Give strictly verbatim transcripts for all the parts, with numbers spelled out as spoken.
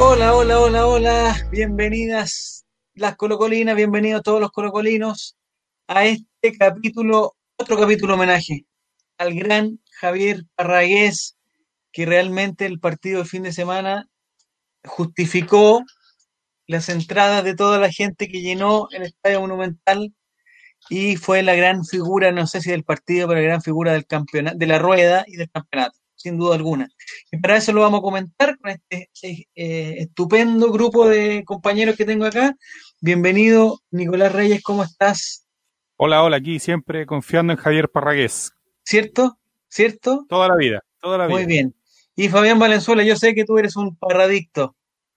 Hola, hola, hola, hola, bienvenidas las colocolinas, bienvenidos todos los colocolinos a este capítulo, otro capítulo homenaje al gran Javier Parragués, que realmente el partido del fin de semana justificó las entradas de toda la gente que llenó el Estadio Monumental y fue la gran figura, no sé si del partido, pero la gran figura del campeonato, de la rueda y del campeonato, sin duda alguna. Y para eso lo vamos a comentar con este eh, estupendo grupo de compañeros que tengo acá. Bienvenido, Nicolás Reyes, ¿cómo estás? Hola, hola, aquí siempre confiando en Javier Parragués. ¿Cierto? ¿Cierto? Toda la vida, toda la Muy vida. bien. Y Fabián Valenzuela, yo sé que tú eres un parradicto.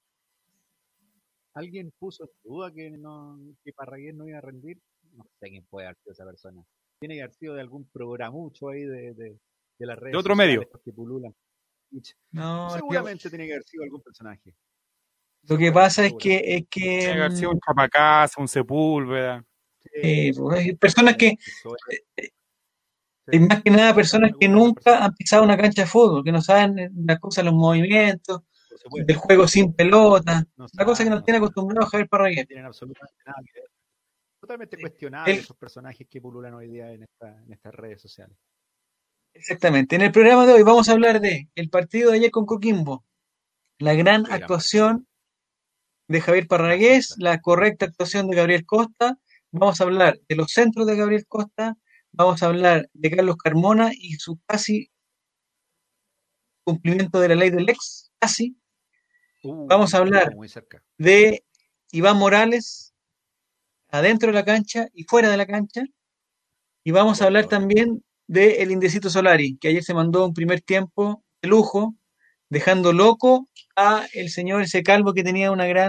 ¿Alguien puso en duda que, no, que Parragués no iba a rendir? No sé quién puede haber sido esa persona. Tiene que haber sido de algún programucho ahí de, de, de las De redes otro sociales medio. que pululan. No, Seguramente yo, tiene que haber sido algún personaje. lo que pasa es que, es que Tiene que haber sido mm, un Chapacás, un Sepúlveda. eh, pues, hay personas que, Eso es, y sí. más que nada, personas que Alguna otra nunca persona, han pisado una cancha de fútbol, que no saben las cosas, los movimientos, por supuesto. del juego sin pelota, No la cosa que saben, nos no tiene saben. acostumbrados a Javier No Parragués. tienen absolutamente nada que ver. Totalmente Sí. cuestionables Él, esos personajes que pululan hoy día en, esta, en estas redes sociales. exactamente. En el programa de hoy vamos a hablar de el partido de ayer con Coquimbo, la gran Qué gran partido. actuación de Javier Parragués, Magistral. la correcta actuación de Gabriel Costa, vamos a hablar de los centros de Gabriel Costa, vamos a hablar de Carlos Carmona y su casi cumplimiento de la ley del ex, casi. Uh, Vamos a hablar estuvo muy cerca. de Iván Morales adentro de la cancha y fuera de la cancha. Y vamos a hablar Correcto. también de el Indecito Solari, que ayer se mandó un primer tiempo de lujo, dejando loco a el señor ese calvo que tenía una gran,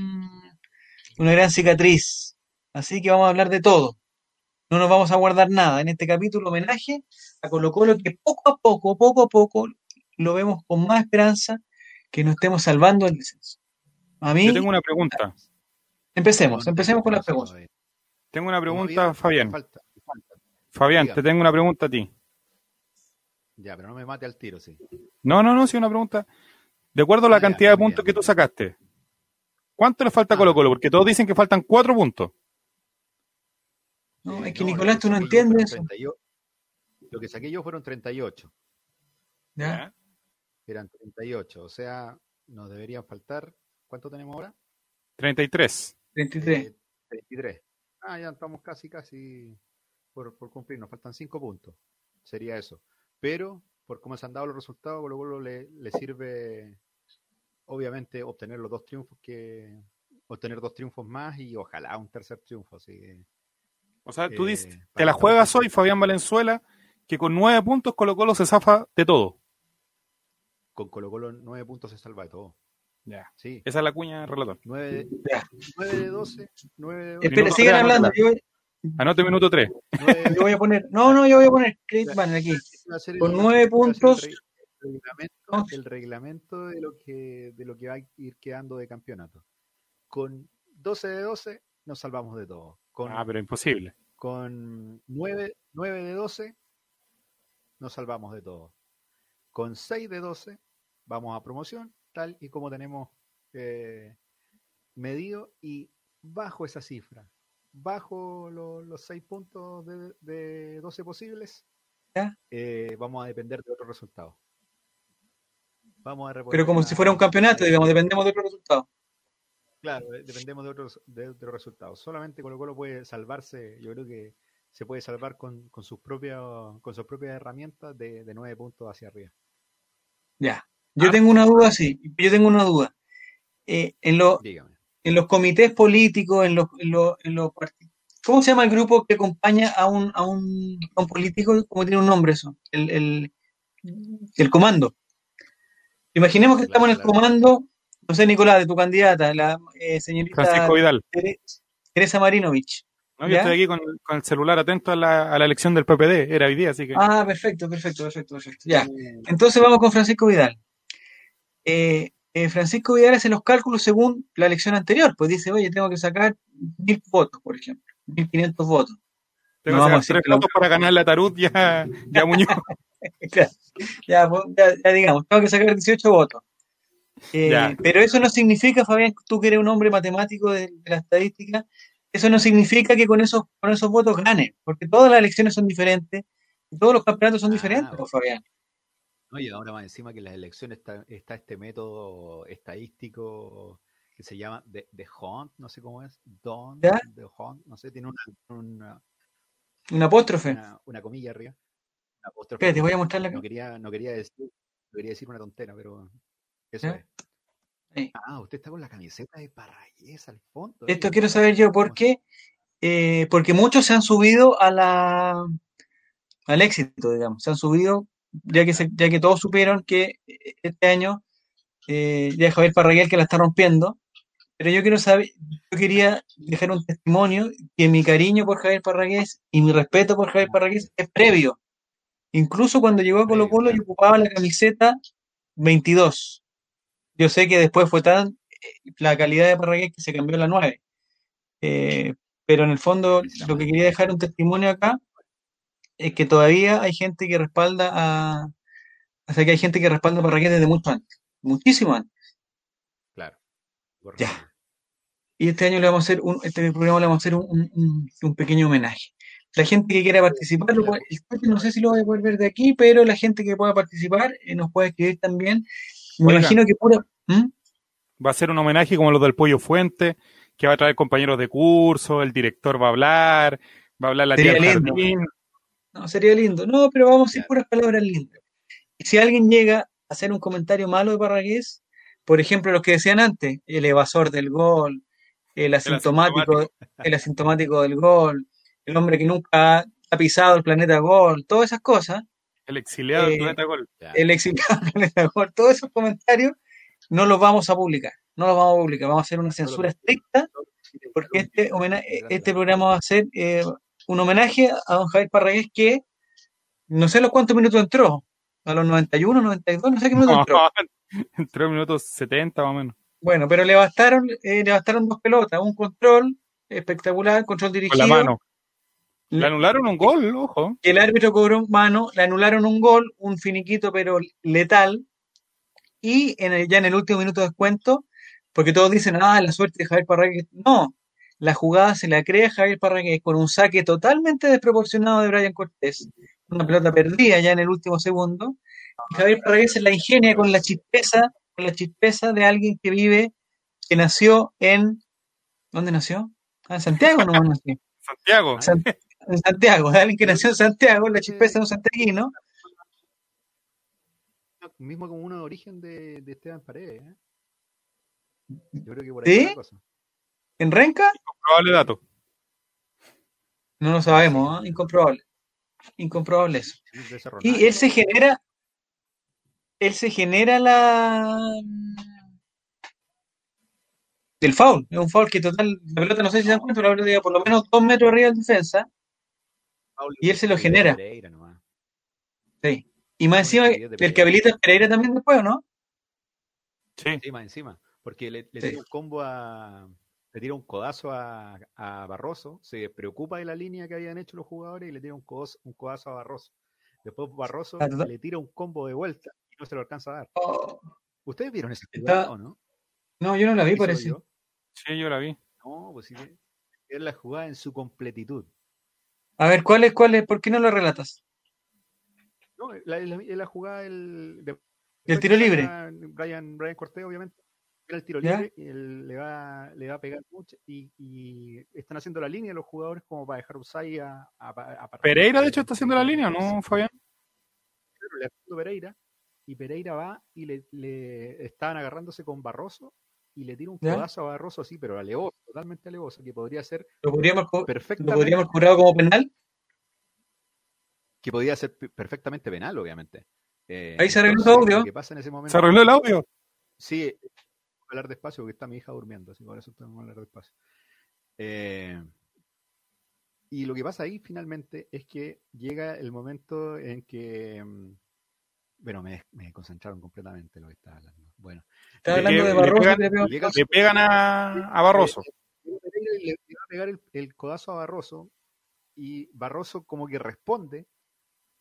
una gran cicatriz. Así que vamos a hablar de todo. No nos vamos a guardar nada en este capítulo homenaje a Colo Colo, que poco a poco, poco a poco, lo vemos con más esperanza que nos estemos salvando el descenso. A Yo mí, tengo una pregunta. empecemos, Con empecemos con las desesperación preguntas. todavía. Tengo una ¿Cómo pregunta, bien? Fabián. Falta, falta. Fabián, te Dígame. tengo una pregunta a ti. Ya, pero no me mate al tiro, sí. No, no, no, sí, una pregunta. De acuerdo a la Ah, ya, cantidad de muy puntos bien. que tú sacaste, ¿cuánto le falta a Colo Ah, Colo? Porque todos dicen que faltan cuatro puntos. No, eh, es que no, lo Nicolás, que tú no saqué yo entiendes fueron eso. treinta y ocho. Lo que saqué yo fueron treinta y ocho. ¿Ya? ¿Ya? Eran treinta y ocho. O sea, nos deberían faltar. ¿Cuánto tenemos ahora? treinta y tres. treinta y tres. Eh, treinta y tres. Ah, ya estamos casi, casi por, por cumplir. Nos faltan cinco puntos. Sería eso. Pero, por cómo se han dado los resultados, Colo Colo le, le sirve, obviamente, obtener los dos triunfos que. Obtener dos triunfos más y ojalá un tercer triunfo. Así que, O sea, tú dices, eh, te para la que estamos juegas hoy, contentos. Fabián Valenzuela, que con nueve puntos Colo Colo se zafa de todo. Con Colo Colo nueve puntos se salva de todo. Ya. Sí. Esa es la cuña, relator. nueve Ya. de doce. nueve de doce. Espera, Minuto sigan tres, hablando. anótela. Yo, Anote minuto tres. nueve, yo voy a poner. No, no, yo voy a poner Chris va Banner aquí. a ser Con el, nueve va a ser el, puntos. re- el reglamento, ¿No? el reglamento de lo que de lo que va a ir quedando de campeonato. Con doce de doce nos salvamos de todo. Con, Ah, pero imposible. con nueve, nueve de doce nos salvamos de todo. Con seis de doce vamos a promoción, tal y como tenemos eh, medido, y bajo esa cifra, bajo lo- los seis puntos de, de doce posibles, ¿Ya? eh, vamos a depender de otros resultados. Vamos a Pero reponer como si fuera un una, campeonato, eh, digamos, dependemos de otro resultado. claro, eh, dependemos de otros, de otros resultados. Solamente Colo Colo puede salvarse, yo creo que se puede salvar con, con sus propios, con sus propias herramientas de, de nueve puntos hacia arriba. Ya. Yo Ah, tengo una duda, sí. Yo tengo una duda. Eh, en, lo- Dígame. en los comités políticos, en los, en los, en los partidos. ¿Cómo se llama el grupo que acompaña a un, a un, a un político? ¿Cómo tiene un nombre eso? El, el, el comando. Imaginemos que estamos en Claro, el claro. comando, no sé, Nicolás, de tu candidata, la eh, señorita Francisco Vidal. Tere- Teresa Marinovich. No, yo ¿Ya? estoy aquí con, con el celular atento a la, a la elección del P P D. Era hoy día, así que. Ah, perfecto, perfecto, perfecto, perfecto. Ya. Uh, Entonces vamos con Francisco Vidal. Eh, eh, Francisco Vidal hace los cálculos según la elección anterior, pues dice, oye, tengo que sacar mil votos, por ejemplo, mil quinientos votos. No Tengo que vamos a sacar decir tres que lo... votos para ganar la Tarut ya, ya Muñoz. Claro, ya, pues, ya, ya digamos, tengo que sacar dieciocho votos. Eh, Ya. pero eso no significa, Fabián, tú que eres un hombre matemático de, de la estadística, eso no significa que con esos, con esos votos ganen, porque todas las elecciones son diferentes, y todos los campeonatos son diferentes, Ah, pues, Fabián. no, y ahora más encima que en las elecciones está, está este método estadístico que se llama The, the Hunt, no sé cómo es, Don, ¿Ya? The Hunt, no sé, tiene una, una, Un apóstrofe. una, una comilla arriba, una apóstrofe Espérate, voy a arriba. mostrarle acá. No quería, no quería decir, no quería decir una tontera, pero eso ¿Ya? es. Ahí. Ah, usted está con la camiseta de Parragués al fondo. Esto Ahí. quiero saber yo, ¿por ¿Cómo se- qué? Eh, porque muchos se han subido a la, al éxito, digamos, se han subido, ya que, se- ya que todos supieron que eh, este año eh, ya es Javier Parragués el que la está rompiendo. Pero yo quiero saber, yo quería dejar un testimonio que mi cariño por Javier Parragués y mi respeto por Javier Parragués es previo. Incluso cuando llegó a Colo Previo, Colo yo claro. ocupaba la camiseta veintidós. Yo sé que después fue tan eh, la calidad de Parragués que se cambió a la nueve. Eh, pero en el Sí, a fondo mí sí lo me que quería dejar un testimonio acá es que todavía hay gente que respalda a... O sea, que hay gente que respalda a Parragués desde mucho antes. Muchísimo antes. claro, Ya. corresponde. Y este año le vamos a hacer un, este programa le vamos a hacer un, un- un- un pequeño homenaje. La gente que quiera participar, lo puede- el coche no sé si lo voy a poder ver de aquí, pero la gente que pueda participar eh, nos puede escribir también. Me Oiga, imagino que pura. ¿Mm? va a ser un homenaje como los del Pollo Fuente, que va a traer compañeros de curso, el director va a hablar, va a hablar la tía Sería del lindo. jardín. No, sería lindo. No, pero vamos a decir Claro. puras palabras lindas. Y si alguien llega a hacer un comentario malo de Parragués, por ejemplo, los que decían antes, el evasor del gol, el El asintomático, asintomático. el asintomático del gol, el hombre que nunca ha pisado el planeta gol, todas esas cosas, El exiliado del eh, planeta Gol. Ya. el exiliado del planeta gol, todos esos comentarios no los vamos a publicar, no los vamos a publicar, vamos a hacer una Solo censura los- estricta solo los porque calumnias, este, ¿no? homena- De grandes este amigos. programa va a ser eh, un homenaje a don Javier Parragués que no sé los cuántos minutos entró, a los noventa y uno, noventa y dos, no sé qué minutos entró. En tres minutos setenta más o menos. Bueno, pero le bastaron, eh, le bastaron dos pelotas, un control espectacular, control Con la dirigido, mano. Le le- anularon un gol, ojo. que el árbitro cobró mano, le anularon un gol, un finiquito pero letal, y en el- ya en el último minuto de descuento, porque todos dicen, ah, la suerte de Javier Parragués. No, la jugada se la crea Javier Parragués con un saque totalmente desproporcionado de Brian Cortés, una pelota perdida ya en el último segundo, y Javier Parragués se la ingenia con la chispeza, con la chispeza de alguien que vive, que nació en, ¿dónde nació? Ah, en Santiago no nació. Santiago. Ah, ya. San- en Santiago, de alguien que Yo nació en Santiago, la creo chispeza de un santiaguino. que mismo como uno de origen de, de Esteban Paredes, ¿eh? Yo creo que por ahí va la ¿Sí? cosa. ¿En Renca? Probable dato. No lo No, sí, sabemos, ¿eh? Incomprobable. Incomprobable eso. sí, de Cerro Y Navia, él se ¿no? genera, él se genera la el foul, es un foul que total, la pelota no sé si se dan cuenta, pero la pelota llega por lo menos dos metros arriba del defensa Paulo y él se lo estupidez de genera. Pereira nomás. Sí. Y más Una encima, estupidez de el que Pereira. habilita es Pereira también después, ¿o no? Sí. Sí, más encima. Porque le, le Sí. tira un combo a. Le tira un codazo a, a Barroso, se preocupa de la línea que habían hecho los jugadores y le tira un codazo, un codazo a Barroso. Después Barroso Ah, total. le tira un combo de vuelta y no se lo alcanza a dar. Oh, ¿Ustedes vieron esa jugada está- o no? No, yo no la vi, ¿Y se lo parece. vio? Sí, yo la vi. No, pues sí, es la jugada en su completitud. A ver, ¿cuál es, cuál es? ¿Por qué no lo relatas? No, la, la, la jugada del, de, ¿Y el tiro libre? Brian, Brian Cortés, obviamente. Era el tiro ¿Ya? libre y él le, va, le va a pegar mucho y, y están haciendo la línea los jugadores como para dejar Usai a, a, a Pereira, de hecho, está haciendo la línea, ¿no, Fabián? Claro, le haciendo Pereira y Pereira va y le, le estaban agarrándose con Barroso y le tira un ¿Ya? codazo a Barroso así, pero alevoso, totalmente alevoso, que podría ser ¿Lo podríamos, co- ¿Lo perfectamente, podríamos cobrado como penal? que podía ser pe- perfectamente penal, obviamente. Eh, Ahí se arregló entonces, tu audio. Lo que pasa en ese momento. ¿Se arregló el audio? Sí, hablar despacio porque está mi hija durmiendo, así que por eso tengo que hablar despacio. Eh, y lo que pasa ahí finalmente es que llega el momento en que, bueno, me, me concentraron completamente lo que estaba hablando. Bueno, Está De hablando que de le Barroso. pegan- que le pegó- llega el- Le pegan a, a Barroso. Pereira y le, le va a pegar el, el codazo a Barroso y Barroso como que responde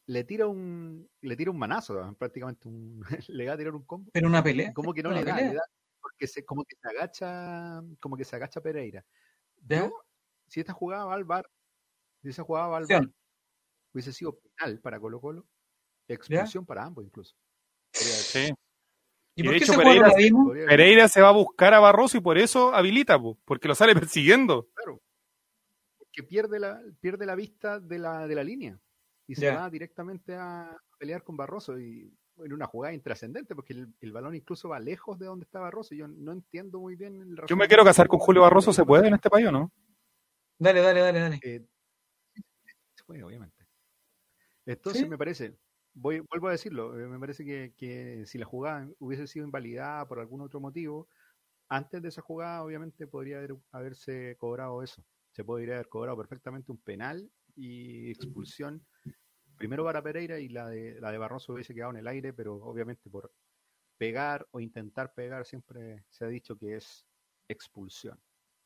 le tira un le tira un manazo, prácticamente un, le va a tirar un combo. Pero una pelea. Como que no una le da, pelea. le da, porque se, como que se agacha, como que se agacha Pereira. ¿Ya? Yo, si esta jugada va al bar, si esa jugada va al Acción. bar, hubiese sido penal para Colo Colo, expulsión para ambos incluso. Podría haber sido. Sí. ¿Y Y por de qué hecho, ese juego no Pereira, la vimos? Podría haber sido, Pereira se va a buscar a Barroso y por eso habilita, po, porque lo sale persiguiendo. claro, porque pierde la, pierde la vista de la, de la línea y se Ya. va directamente a pelear con Barroso y en una jugada intrascendente porque el, el balón incluso va lejos de donde está Barroso. Yo no entiendo muy bien el Yo me quiero casar con Julio Barroso, ¿se puede en este país o no? Dale, dale, dale, dale. Eh, se puede, obviamente. Entonces ¿Sí? me parece, voy, vuelvo a decirlo, eh, me parece que, que si la jugada hubiese sido invalidada por algún otro motivo, antes de esa jugada obviamente podría haber, haberse cobrado eso. Se podría haber cobrado perfectamente un penal y expulsión, primero para Pereira y la de, la de Barroso hubiese quedado en el aire, pero obviamente por pegar o intentar pegar siempre se ha dicho que es expulsión.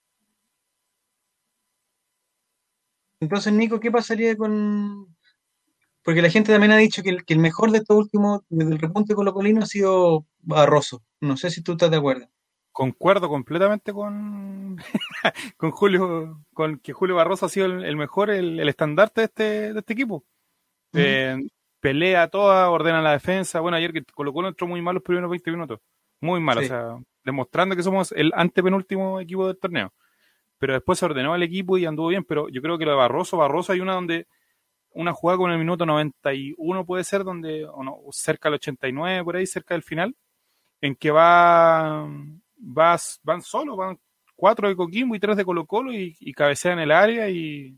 Entonces, Nico, ¿qué pasaría con...? Porque la gente también ha dicho que el, que el mejor de estos últimos, desde el repunte colocolino, ha sido Barroso. No sé si tú estás de acuerdo. Concuerdo completamente con, con Julio, con que Julio Barroso ha sido el, el mejor, el, el estandarte de este, de este equipo. ¿Mm? Eh, pelea toda, ordena la defensa. Bueno, ayer que Colo Colo entró muy mal los primeros veinte minutos. Muy mal, Sí. o sea, demostrando que somos el antepenúltimo equipo del torneo. Pero después se ordenó el equipo y anduvo bien. Pero yo creo que lo de Barroso, Barroso hay una donde, una jugada con el minuto noventa y uno puede ser, donde, o no, cerca del ochenta y nueve, por ahí, cerca del final, en que va, vas, van solo, van cuatro de Coquimbo y tres de Colo Colo y, y cabecean el área y,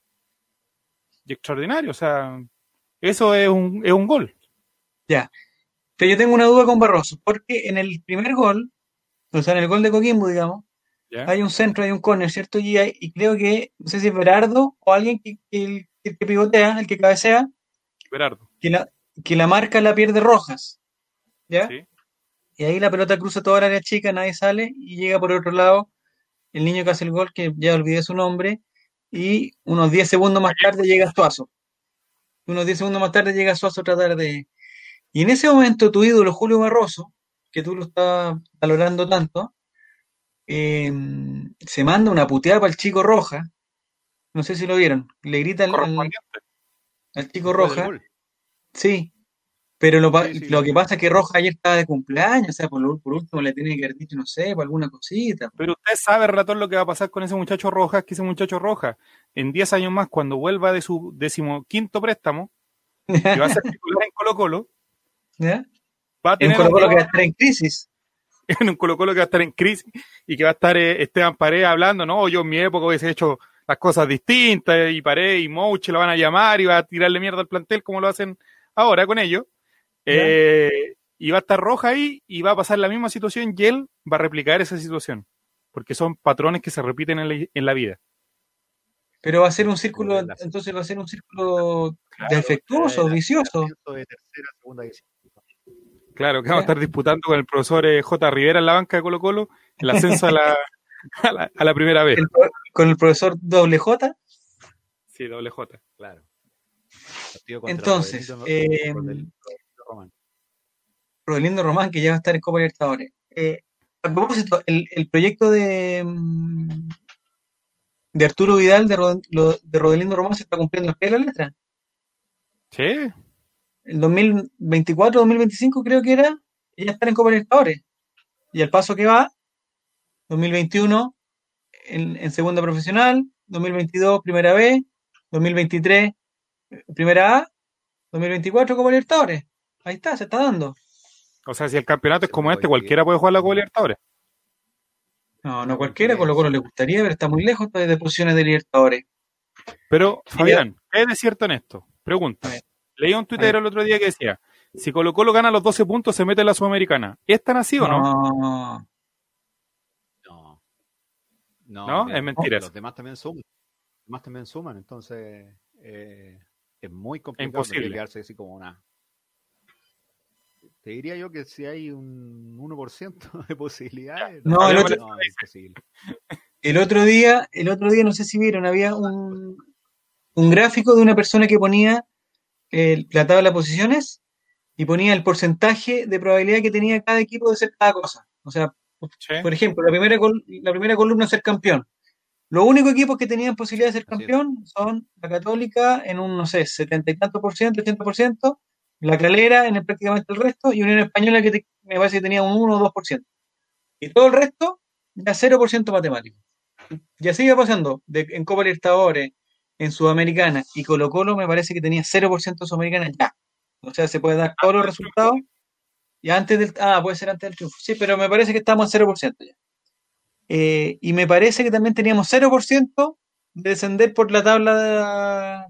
y extraordinario, o sea, eso es un, es un gol. Ya. Pero yo tengo una duda con Barroso, porque en el primer gol, o sea, en el gol de Coquimbo, digamos, ¿Ya? hay un centro, hay un córner, ¿cierto? Y, hay- y creo que, no sé si es Berardo o alguien que, que, el- que pivotea, el que cabecea, Berardo, que la, que la marca la pierde Rojas, ¿ya? ¿sí? Y ahí la pelota cruza toda el área chica, nadie sale y llega por otro lado el niño que hace el gol, que ya olvidé su nombre, y unos diez segundos más tarde llega Suazo. Unos diez segundos más tarde llega Suazo a tratar de... Y en ese momento tu ídolo Julio Barroso, que tú lo estás valorando tanto, eh, se manda una puteada para el chico Roja, no sé si lo vieron, le grita al, al, Correspondiente. al chico Después del Roja, gol. sí, pero lo, pa- Sí, sí, lo lo que vi. pasa es que Roja ayer estaba de cumpleaños, o sea, por, lo- por último le tiene que haber dicho, no sé, por alguna cosita. Pero usted sabe, relator, lo que va a pasar con ese muchacho Rojas, que ese muchacho Rojas, en diez años más, cuando vuelva de su decimoquinto préstamo, que va a ser titular en Colo Colo, ¿Ya? va a En tener a Colo un Colo que va a jugador estar en crisis. en un Colo Colo que va a estar en crisis y que va a estar eh, Esteban Paredes hablando, no, yo en mi época hubiese hecho las cosas distintas y Paredes y Mouche lo van a llamar y va a tirarle mierda al plantel como lo hacen ahora con ellos. Eh, y va a estar Roja ahí y va a pasar la misma situación y él va a replicar esa situación. Porque son patrones que se repiten en la, en la vida. Pero va a ser un Pero círculo, en la- entonces va a ser un círculo claro, defectuoso, era el vicioso. ascenso de tercera a segunda división. Claro, que vamos a estar disputando con el profesor eh, J. Rivera en la banca de Colo Colo el ascenso a la, a la, a la primera vez. El- con el profesor doble J. Sí, doble J. Claro. Partido contra Entonces, Rodelito, eh, Rodelito Román. Rodelindo Román, que ya va a estar en Copa Libertadores. Eh, a propósito, el, el proyecto de, mm, de Arturo Vidal de, Rod- lo- de Rodelindo Román se está cumpliendo al pie de la letra. Sí, El dos mil veinticuatro, dos mil veinticinco creo que era, y ya estar en Copa Libertadores. Y al paso que va, dos mil veintiuno en, en segunda profesional, dos mil veintidós primera B, dos mil veintitrés primera A, dos mil veinticuatro Copa Libertadores. Ahí está, se está dando. o sea, si el campeonato es Se como me este, voy a cualquiera puede jugar la Copa Libertadores. No, no Una cualquiera, Colo Colo le competencia. gustaría, pero está muy lejos de posiciones de Libertadores. Pero, Y ya- Fabián, ¿qué es de cierto en esto? Pregunta. A ver. Leí un tuitero el otro día que decía, si Colo Colo gana los doce puntos, se mete en la Sudamericana. ¿Es tan así o no? No, No. No, ¿No? mira, Es mentira los eso. demás también suman. Los demás también suman, entonces eh, es muy complicado. Imposible. No puede quedarse así como una. Te diría yo que si hay un uno por ciento de posibilidades. No, el no, otro- no, es imposible. el otro día, el otro día no sé si vieron, había un, un gráfico de una persona que ponía el- la tabla de posiciones y ponía el porcentaje de probabilidad que tenía cada equipo de ser cada cosa. O sea, Sí. por ejemplo, la primera, col- la primera columna es ser campeón. Los únicos equipos que tenían posibilidad de ser Así es. campeón son la Católica en un, no sé, setenta y tanto por ciento, ochenta por ciento, la Calera en el, prácticamente el resto, y Unión Española que te- me parece que tenía un uno o dos por ciento. Y todo el resto, ya cero por ciento matemático. Y así iba pasando, de- en Copa Libertadores, en Sudamericana, y Colo Colo me parece que tenía cero por ciento Sudamericana ya. O sea, se puede dar todos los resultados, y antes del, ah, puede ser antes del triunfo, sí, pero me parece que estamos en cero por ciento ya. Eh, y me parece que también teníamos cero por ciento de descender por la tabla de la,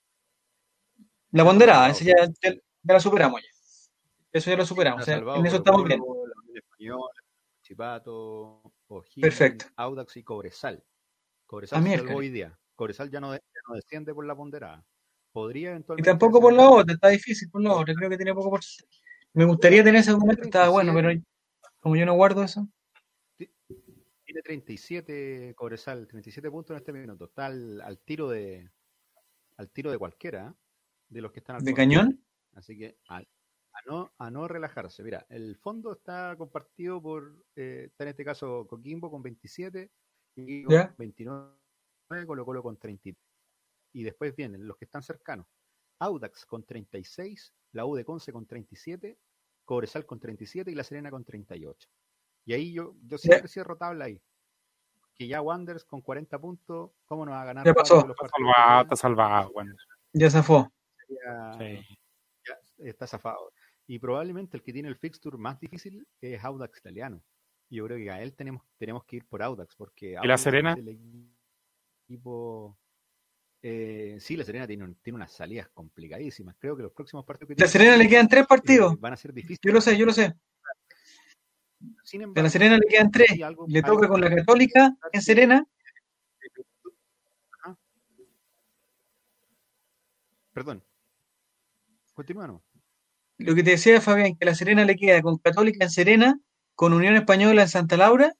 la Eso está ponderada. salvado, Esa ya, sí. ya, ya la superamos ya. Eso ya lo superamos. O Está sea, salvado en eso Colo estamos bien. Colo, la Unión Española, Chipato, O'Higgins, Perfecto. Audax y Cobresal. A Cobresal se salvó miércoles. hoy día. Cobresal ya no, de- ya no desciende por la ponderada. Podría Y eventualmente tampoco por descender, la otra, está difícil por la otra. Creo que tiene poco por ciento. Me gustaría tener ese tiene documento, estaba bueno, pero treinta y siete, como yo no guardo eso. ti- tiene treinta y siete Cobresal, treinta y siete puntos en este minuto. Está al, al tiro de al tiro de cualquiera, ¿eh? De los que están al ¿De fondo. cañón? Así que a, a no, a no relajarse. Mira, el fondo está compartido por, eh, está en este caso Coquimbo con veintisiete y con ¿Ya? veintinueve, Colo Colo con treinta y tres. Y después vienen los que están cercanos. Audax con treinta y seis, la U de Conce con treinta y siete, Cobresal con treinta y siete y La Serena con treinta y ocho. Y ahí yo, yo Ya, siempre cierro tabla ahí. Que ya Wanderers con cuarenta puntos, ¿cómo nos va a ganar ya cuatro pasó. de los Está partidos que salvado, quedan? está salvado, bueno. Ya zafó. Ya, Sí. ya está zafado. Y probablemente el que tiene el fixture más difícil es Audax Italiano. Y yo creo que a él tenemos, tenemos que ir por Audax, porque ¿Y la Audax Serena? es el equipo. Eh, sí, la Serena tiene, un- tiene unas salidas complicadísimas. Creo que los próximos partidos que La tiene la Serena le Serena quedan tres eh, partidos. van a ser difíciles. Yo lo sé, yo lo sé. Sin A la embargo, Serena le quedan tres. hay algo, Le algo toca con la Católica que- en Serena. Ah, perdón, continúa, ¿no? Lo que te decía Fabián, que la Serena le queda con Católica en Serena, con Unión Española en Santa Laura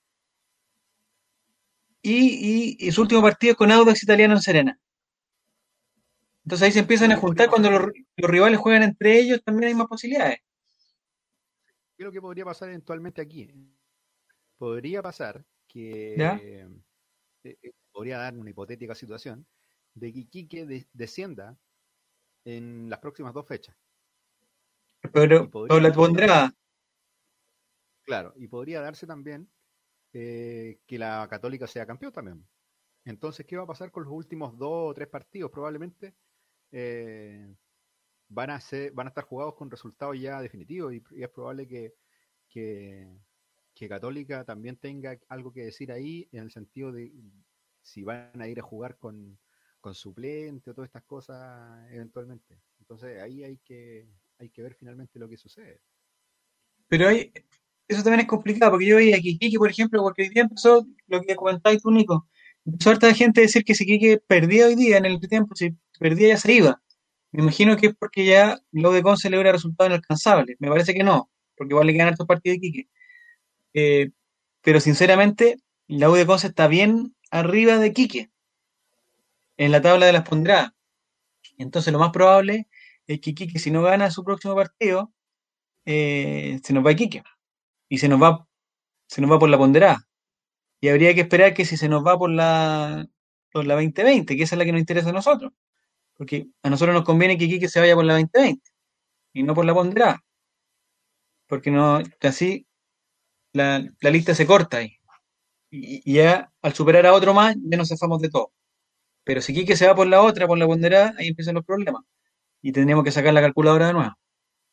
y, y- y su último partido es con Audax Italiano en Serena. Entonces ahí se ¿Qué es empiezan lo a que podría juntar cuando pasar? los, los rivales juegan entre ellos, también hay más posibilidades. ¿Qué es lo que podría pasar eventualmente aquí? Podría pasar ¿Ya? que eh, eh, podría dar una hipotética situación de que Iquique de- descienda en las próximas dos fechas. Y Pero, podría pero la darse también, pondrá, claro, y podría darse también eh, que la Católica sea campeón también. Entonces, ¿qué va a pasar con los últimos dos o tres partidos? Probablemente eh, van a ser, van a estar jugados con resultados ya definitivos y, y es probable que, que, que Católica también tenga algo que decir ahí en el sentido de si van a ir a jugar con, con suplente o todas estas cosas eventualmente. Entonces ahí hay que, hay que ver finalmente lo que sucede. pero hay, eso también es complicado, porque yo veía que Iquique, por ejemplo, porque hoy día empezó lo que comentabas tú, Nico, empezó harta gente a decir que si Iquique perdía hoy día en el tiempo, si perdía ya se iba. Me imagino que es porque ya lo de Conce le hubiera resultado inalcanzable. Me parece que no, porque igual le quedan hartos partidos de Iquique. Eh, pero sinceramente, la U de Conce está bien arriba de Quique en la tabla de las ponderadas. Entonces, lo más probable es que Quique, si no gana su próximo partido, eh, se nos va a Quique y se nos va, se nos va por la ponderada. Y habría que esperar que si se nos va por la, por la veinte veinte, que esa es la que nos interesa a nosotros, porque a nosotros nos conviene que Quique se vaya por la veinte veinte y no por la ponderada, porque no, así la, la lista se corta ahí. Y, y ya al superar a otro más, ya nos zafamos de todo. Pero si Quique se va por la otra, por la ponderada, ahí empiezan los problemas. Y tendríamos que sacar la calculadora de nuevo.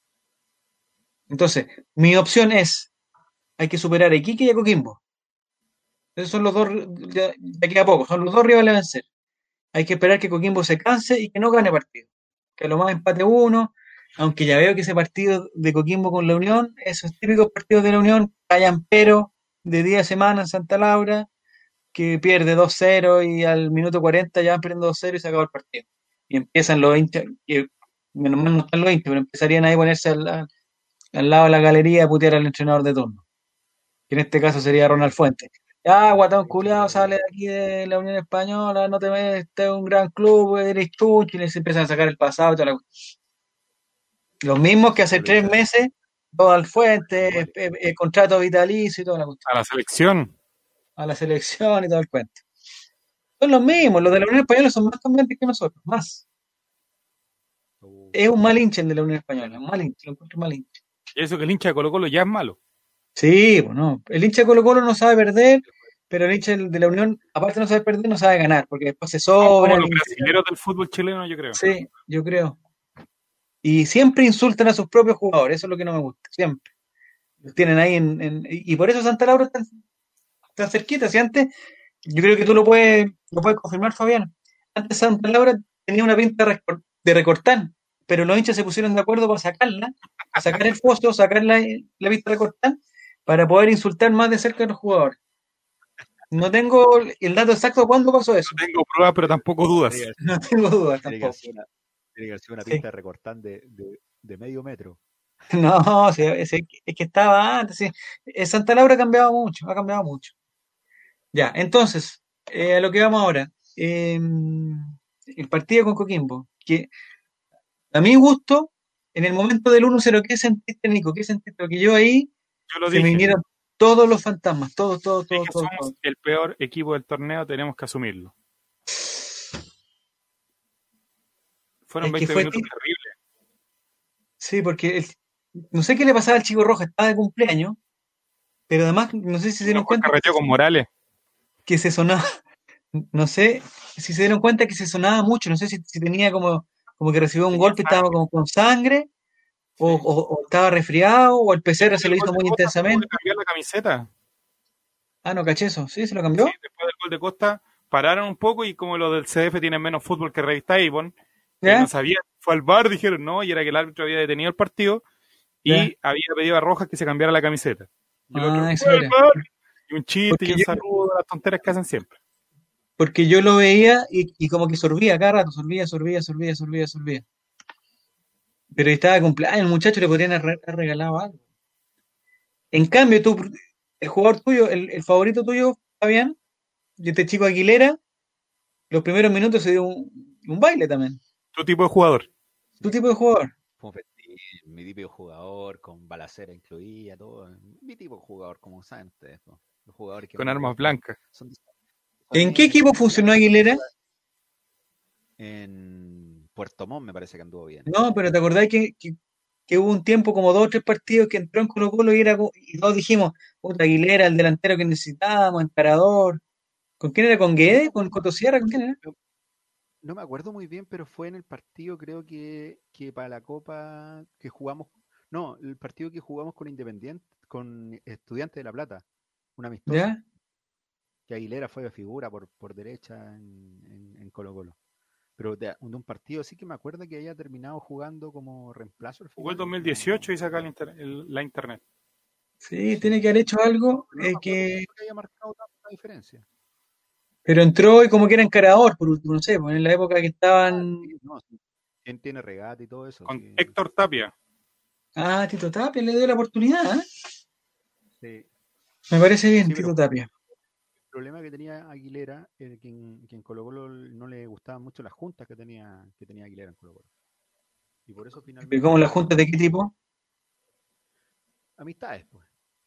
Entonces, mi opción es, hay que superar a Iquique y a Coquimbo. Esos son los dos, ya, ya queda poco, son los dos rivales a vencer. Hay que esperar que Coquimbo se canse y que no gane partido. Que a lo más empate uno, aunque ya veo que ese partido de Coquimbo con la Unión, esos típicos partidos de la Unión, pero de día a semana en Santa Laura, que pierde dos cero y al minuto cuarenta ya van perdiendo dos cero y se acaba el partido. Y empiezan los veinte, y menos mal no están los veinte, pero empezarían ahí a ponerse al, al- al lado de la galería a putear al entrenador de turno, que en este caso sería Ronald Fuentes. Ya, guatón culiado, sale de aquí de la Unión Española, no te metes, este es un gran club, eres chuchi, y les empiezan a sacar el pasado y toda la cuestión. Los mismos que hace Lo tres echaron. meses, todo al Fuente, Igual. eh, eh, contrato vitalicio y toda la cuestión, A la selección. a la selección y todo el cuento. Son los mismos, los de la Unión Española son más cambiantes que nosotros, más. Uh, Es un mal hincha el de la Unión Española, un mal hincha, lo encuentro mal hincha. Y eso que el hincha de Colo Colo ya es malo. Sí, bueno, el hincha de Colo Colo no sabe perder, pero el hincha de la Unión, aparte de no sabe perder, no sabe ganar, porque después se Son como sobran. los y- brasileros del fútbol chileno, yo creo. Sí, yo creo. Y siempre insultan a sus propios jugadores, eso es lo que no me gusta, siempre. Los tienen ahí en, en- y y por eso Santa Laura está tan cerquita. Si antes, yo creo que tú lo puedes, lo puedes confirmar, Fabián. Antes Santa Laura tenía una pinta de recor- de recortán, pero los hinchas se pusieron de acuerdo para sacarla, sacar el foso, sacar la, la pinta de recortán, para poder insultar más de cerca a los jugadores. No tengo el dato exacto de cuándo pasó eso. No tengo pruebas, pero tampoco dudas. tiene que ser- No tengo dudas tiene que tampoco. ser una, tiene que ser una Sí. pinta de recortán de, de, de medio metro. No, sí, es, es que estaba antes. Sí. Eh, Santa Laura ha cambiado mucho, ha cambiado mucho. Ya, entonces, eh, a lo que vamos ahora. Eh, el partido con Coquimbo, que a mi gusto, en el momento del uno cero, ¿qué sentiste, Nico? ¿Qué sentiste? Porque yo ahí Yo lo se me dije. vinieron todos los fantasmas, todos, todos, todos, Dije, todos, somos todos. el peor equipo del torneo, tenemos que asumirlo. Fueron Es que veinte fue, minutos ti- terribles. sí, porque el- no sé qué le pasaba al Chico Roja, estaba de cumpleaños, pero además, no sé si se dieron Después cuenta carreteó con Morales. que se sonaba, no sé si se dieron cuenta que se sonaba mucho, no sé si, si tenía como, como que recibió un Tenía golpe, estaba sangre. como con sangre, o, Sí. o- o estaba resfriado, o el pecero Después se lo del hizo gol de muy Costa tuvo que intensamente. cambiar la camiseta. Ah, no, caché eso, ¿sí? ¿Se lo Sí, cambió? después del gol de Costa pararon un poco y como los del C D F tienen menos fútbol que revista Avon, que ¿Ya? no sabían, fue al bar, dijeron no, y era que el árbitro había detenido el partido y Ya. había pedido a Rojas que se cambiara la camiseta. Y el otro, Ah, eso "Fue al era. bar", y un chiste Porque y un yo, saludo, las tonteras que hacen siempre. porque yo lo veía y, y como que sorbía cada rato, sorbía, sorbía, sorbía, sorbía, sorbía. Pero estaba de cumpleaños, el muchacho le podrían haber haber regalado algo. En cambio, tú, el jugador tuyo, el, el favorito tuyo, Fabián, y este chico Aguilera, los primeros minutos se dio un, un baile también. Tu tipo de jugador. Tu tipo de jugador. Fue un festín, mi tipo de jugador, con balacera incluida, todo. Mi tipo de jugador, como saben ustedes. ¿No? Los jugadores que Con me armas gustan blancas. son de- son ¿En de- qué equipo funcionó Aguilera? En Puerto Montt me parece que anduvo bien. No, pero ¿te acordás que, que, que hubo un tiempo, como dos o tres partidos, que entró en Colo Colo y, era, co- y todos dijimos, puta, Aguilera, el delantero que necesitábamos, encarador. ¿Con quién era? ¿Con Guedes? ¿Con Coto Sierra? ¿Con quién era? No, no me acuerdo muy bien, pero fue en el partido, creo que, que para la Copa que jugamos. No, el partido que jugamos con Independiente, con Estudiantes de La Plata, un amistoso, ¿Ya? que Aguilera fue de figura por, por derecha en, en, en Colo Colo. Pero de, de un partido sí que me acuerdo que haya terminado jugando como reemplazo al Jugó el final. dos mil dieciocho y saca el inter- el- la internet. Sí, Sí. tiene que haber hecho algo No me eh, acuerdo que... que haya marcado tanta diferencia. Pero entró y como que era encarador, por último, no sé, pues en la época que Ah, estaban... sí, no, sí. ¿Quién tiene regate y todo eso? Con Sí, Héctor Tapia. Ah, Tito Tapia le dio la oportunidad, ¿eh? sí. Me parece bien, Sí, pero Tito Tapia. el problema que tenía Aguilera es que en, que en Colo Colo no le gustaban mucho las juntas que tenía, que tenía Aguilera en Colo Colo. Y por eso ¿Pero finalmente cómo las juntas de qué tipo? amistades, pues.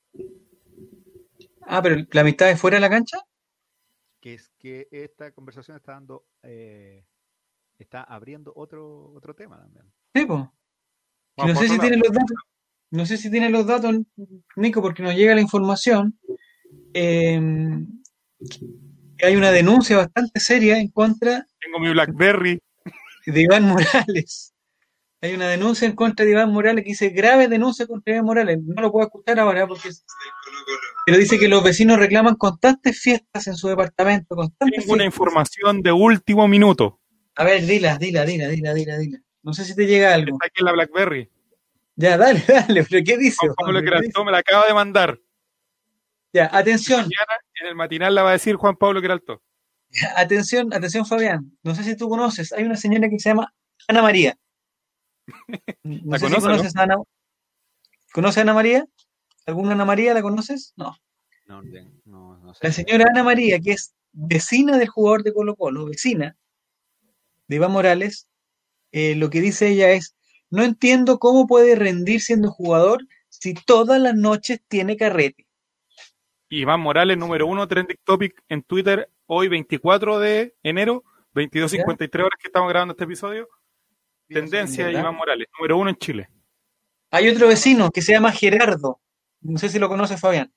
Ah, pero la amistad es fuera de la cancha. Que es que esta conversación está dando, eh, está abriendo otro, otro tema también. Sí, pues. Que Vamos no por sé si otro tienen lado. los datos, no sé si tienen los datos, Nico, porque nos llega la información. eh, que hay una denuncia bastante seria en contra Tengo mi Blackberry. de Iván Morales. Hay una denuncia en contra de Iván Morales que dice grave denuncia contra Iván Morales. No lo puedo escuchar ahora porque es- pero dice que los vecinos reclaman constantes fiestas en su departamento, constantes Tengo una fiestas. información de último minuto. A ver, dila, dila, dila, dila, dila, dila. No sé si te llega algo. Está aquí en la Blackberry. Ya, dale, dale, pero ¿qué dice? Juan Pablo Juan? ¿Pero qué dice? Queraltó me la acaba de mandar. Ya, atención, Mañana en el matinal la va a decir Juan Pablo Queraltó. atención, atención, Fabián. No sé si tú conoces, hay una señora que se llama Ana María. No ¿La sé si conoce, conoces a Ana. ¿Conoces a Ana María? ¿Alguna Ana María la conoces? No. No, no, no sé. La señora Ana María, que es vecina del jugador de Colo Colo, vecina de Iván Morales, eh, lo que dice ella es, No entiendo cómo puede rendir siendo jugador si todas las noches tiene carrete. Iván Morales, número uno, trending topic en Twitter, hoy veinticuatro de enero, veintidós cincuenta y tres horas que estamos grabando este episodio. Tendencia de Iván Morales, número uno en Chile. Hay otro vecino que se llama Gerardo. No sé si lo conoce Fabián.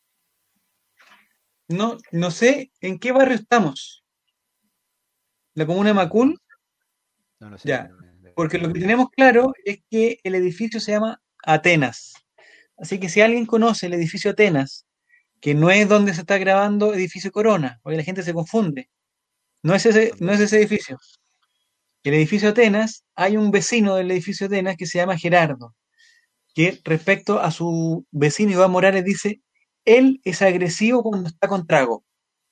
No, no sé en qué barrio estamos. ¿La comuna de Macul? No, no sé. Ya. Porque lo que tenemos claro es que el edificio se llama Atenas. Así que si alguien conoce el edificio Atenas, que no es donde se está grabando edificio Corona, porque la gente se confunde. No es ese, no es ese edificio. El edificio Atenas, hay un vecino del edificio Atenas que se llama Gerardo, que respecto a su vecino Iván Morales dice, él es agresivo cuando está con trago.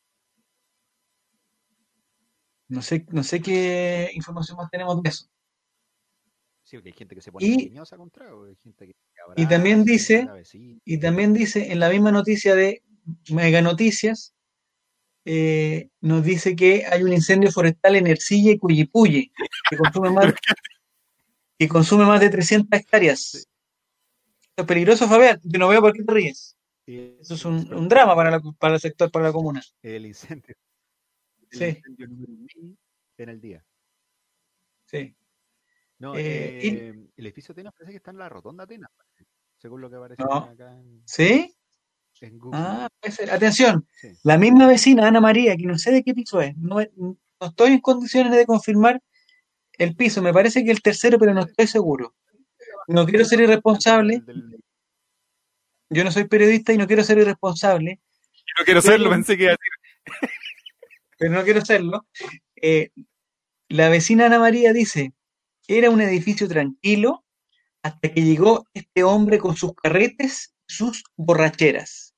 No sé, no sé qué información más tenemos de eso. Sí, porque hay gente que se pone Y, cariñosa con trago, hay gente que abraza, y también que dice, mira vecino. y también dice en la misma noticia de Mega Noticias, eh, nos dice que hay un incendio forestal en Ercilla y Cuyipulli, que consume más, que consume más de trescientas hectáreas. Esto es peligroso, Fabián. Yo no veo por qué te ríes. Eso es un, un drama para, la, para el sector, para la comuna. El incendio. El Sí. incendio número mil en el día. Sí. No, Eh, eh, y, el edificio Atenas parece que está en la rotonda Atenas, según lo que aparece no. acá en, ¿Sí? en Google. Ah, puede ser. Atención, Sí. la misma vecina, Ana María, que no sé de qué piso es, no, no estoy en condiciones de confirmar el piso, me parece que el tercero, pero no estoy seguro. No quiero ser irresponsable, yo no soy periodista y no quiero ser irresponsable. Yo no quiero pero, serlo, pensé que iba a decir. Pero no quiero serlo. Eh, la vecina Ana María dice, era un edificio tranquilo hasta que llegó este hombre con sus carretes, sus borracheras.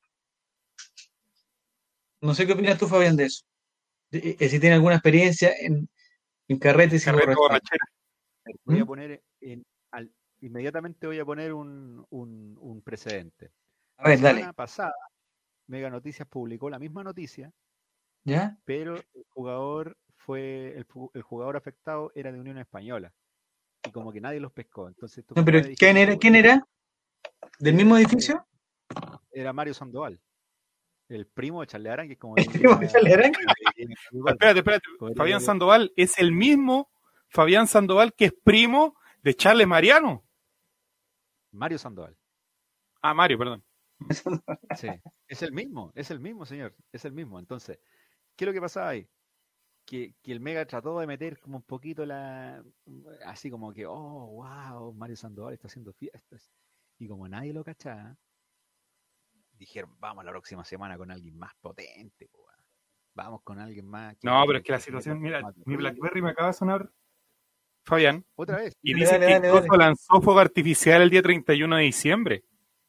No sé qué opinas tú, Fabián, de eso. De, de, si tiene alguna experiencia en, en carretes Carrete y borracheras. Voy a poner en, al, inmediatamente voy a poner un, un, un precedente. A ver, la semana dale. pasada, Mega Noticias publicó la misma noticia, ¿ya? Pero el jugador fue el, el jugador afectado era de Unión Española y como que nadie los pescó. Entonces, no, pero ¿quién era? ¿Quién era? ¿Del era, mismo edificio? Era Mario Sandoval, el primo de Charles Arán, que es como el primo de Charles Arán. Espérate, espérate. Fabián Sandoval es el mismo Fabián Sandoval que es primo de Charles Mariano. Mario Sandoval. Ah, Mario, perdón. Sí, es el mismo, es el mismo, señor, es el mismo. Entonces, ¿qué es lo que pasaba ahí? Que, que el Mega trató de meter como un poquito la... Así como que, oh, wow, Mario Sandoval está haciendo fiestas. Y como nadie lo cachaba, dijeron, vamos la próxima semana con alguien más potente. Pues, vamos con alguien más... Que, no, pero es que la situación, mira, mi BlackBerry me acaba de sonar, Fabián. Otra vez. Y dice que incluso lanzó fuego artificial el día treinta y uno de diciembre.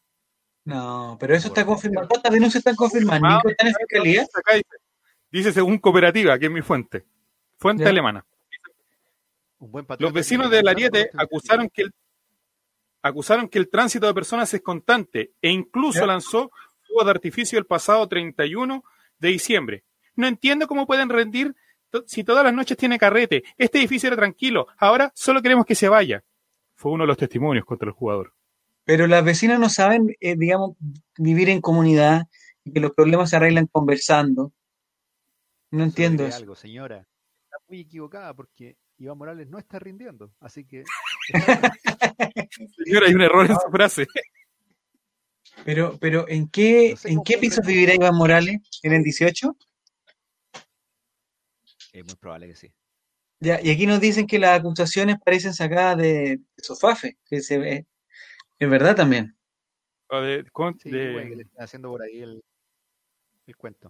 No, pero eso está confirmado. ¿Cuántas denuncias están confirmadas? ¿Nico está en fiscalía? Acá dice, dice según Cooperativa, que es mi fuente. Fuente ¿ya? Alemana. Un buen Los vecinos del Ariete acusaron que, el, acusaron que el tránsito de personas es constante e incluso ¿ya? lanzó fuegos de artificio el pasado treinta y uno de diciembre. No entiendo cómo pueden rendir to- si todas las noches tiene carrete. Este edificio era tranquilo. Ahora solo queremos que se vaya. Fue uno de los testimonios contra el jugador. Pero las vecinas no saben, eh, digamos, vivir en comunidad y que los problemas se arreglan conversando. No entiendo eso. Algo, señora. Está muy equivocada porque Iván Morales no está rindiendo, así que... Señora, hay un error en su frase. Pero, pero ¿en qué, no sé ¿en qué piso vivirá Iván Morales? ¿En el dieciocho? Es muy probable que sí. Ya, y aquí nos dicen que las acusaciones parecen sacadas de, de Sofafe, que se ve... Es verdad también. O de, con, sí, de... bueno, que le están haciendo por ahí el, el cuento.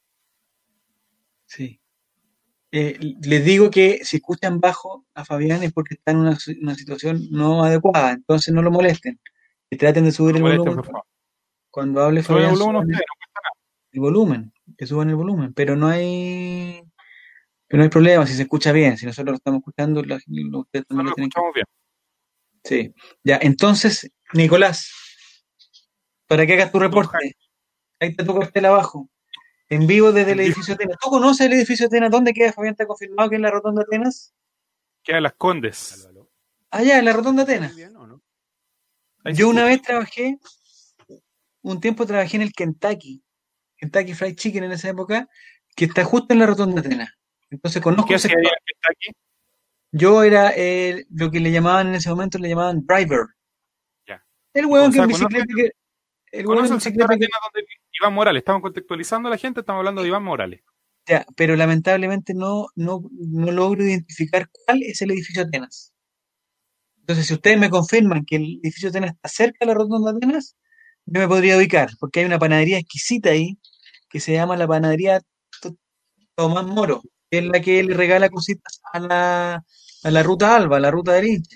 Sí. Eh, les digo que si escuchan bajo a Fabián es porque está en una, una situación no adecuada, entonces no lo molesten. Que traten de subir no el molesten, volumen. Cuando hable Fabián, el volumen, el, el volumen, que suban el volumen, pero no hay pero no hay problema si se escucha bien, si nosotros lo estamos escuchando, lo, lo, ustedes también lo tienen que... bien. Sí, ya, entonces, Nicolás, para que hagas tu reporte, ahí está tu cartel abajo, en vivo desde el edificio Atenas. ¿Tú conoces el edificio Atenas? ¿Dónde queda, Fabián? ¿Te ha confirmado que es la rotonda Atenas? Queda en Las Condes. Aló, aló. Allá, en la Rotonda ¿Muy Atenas. bien o no? Ahí se Yo una escucha. vez trabajé, un tiempo trabajé en el Kentucky, Kentucky Fried Chicken en esa época, que está justo en la Rotonda Atenas. Entonces ¿Y conozco qué el hacía ahí sector. el que está aquí? Yo era eh, lo que le llamaban en ese momento, le llamaban driver. Ya. El Y con, hueón o que en sea, conoce, bicicleta, que, el hueón en conoce el sector bicicleta que, Atenas donde Iván Morales. Estamos contextualizando a la gente, estamos hablando de Iván Morales. ya, pero lamentablemente no, no, no logro identificar cuál es el edificio Atenas. Entonces, si ustedes me confirman que el edificio Atenas está cerca de la Rotonda Atenas, yo me podría ubicar, porque hay una panadería exquisita ahí que se llama la panadería T- Tomás Moro, que es la que le regala cositas a la, a la ruta Alba, a la ruta del hincha.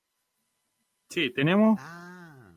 Sí, tenemos. Ah,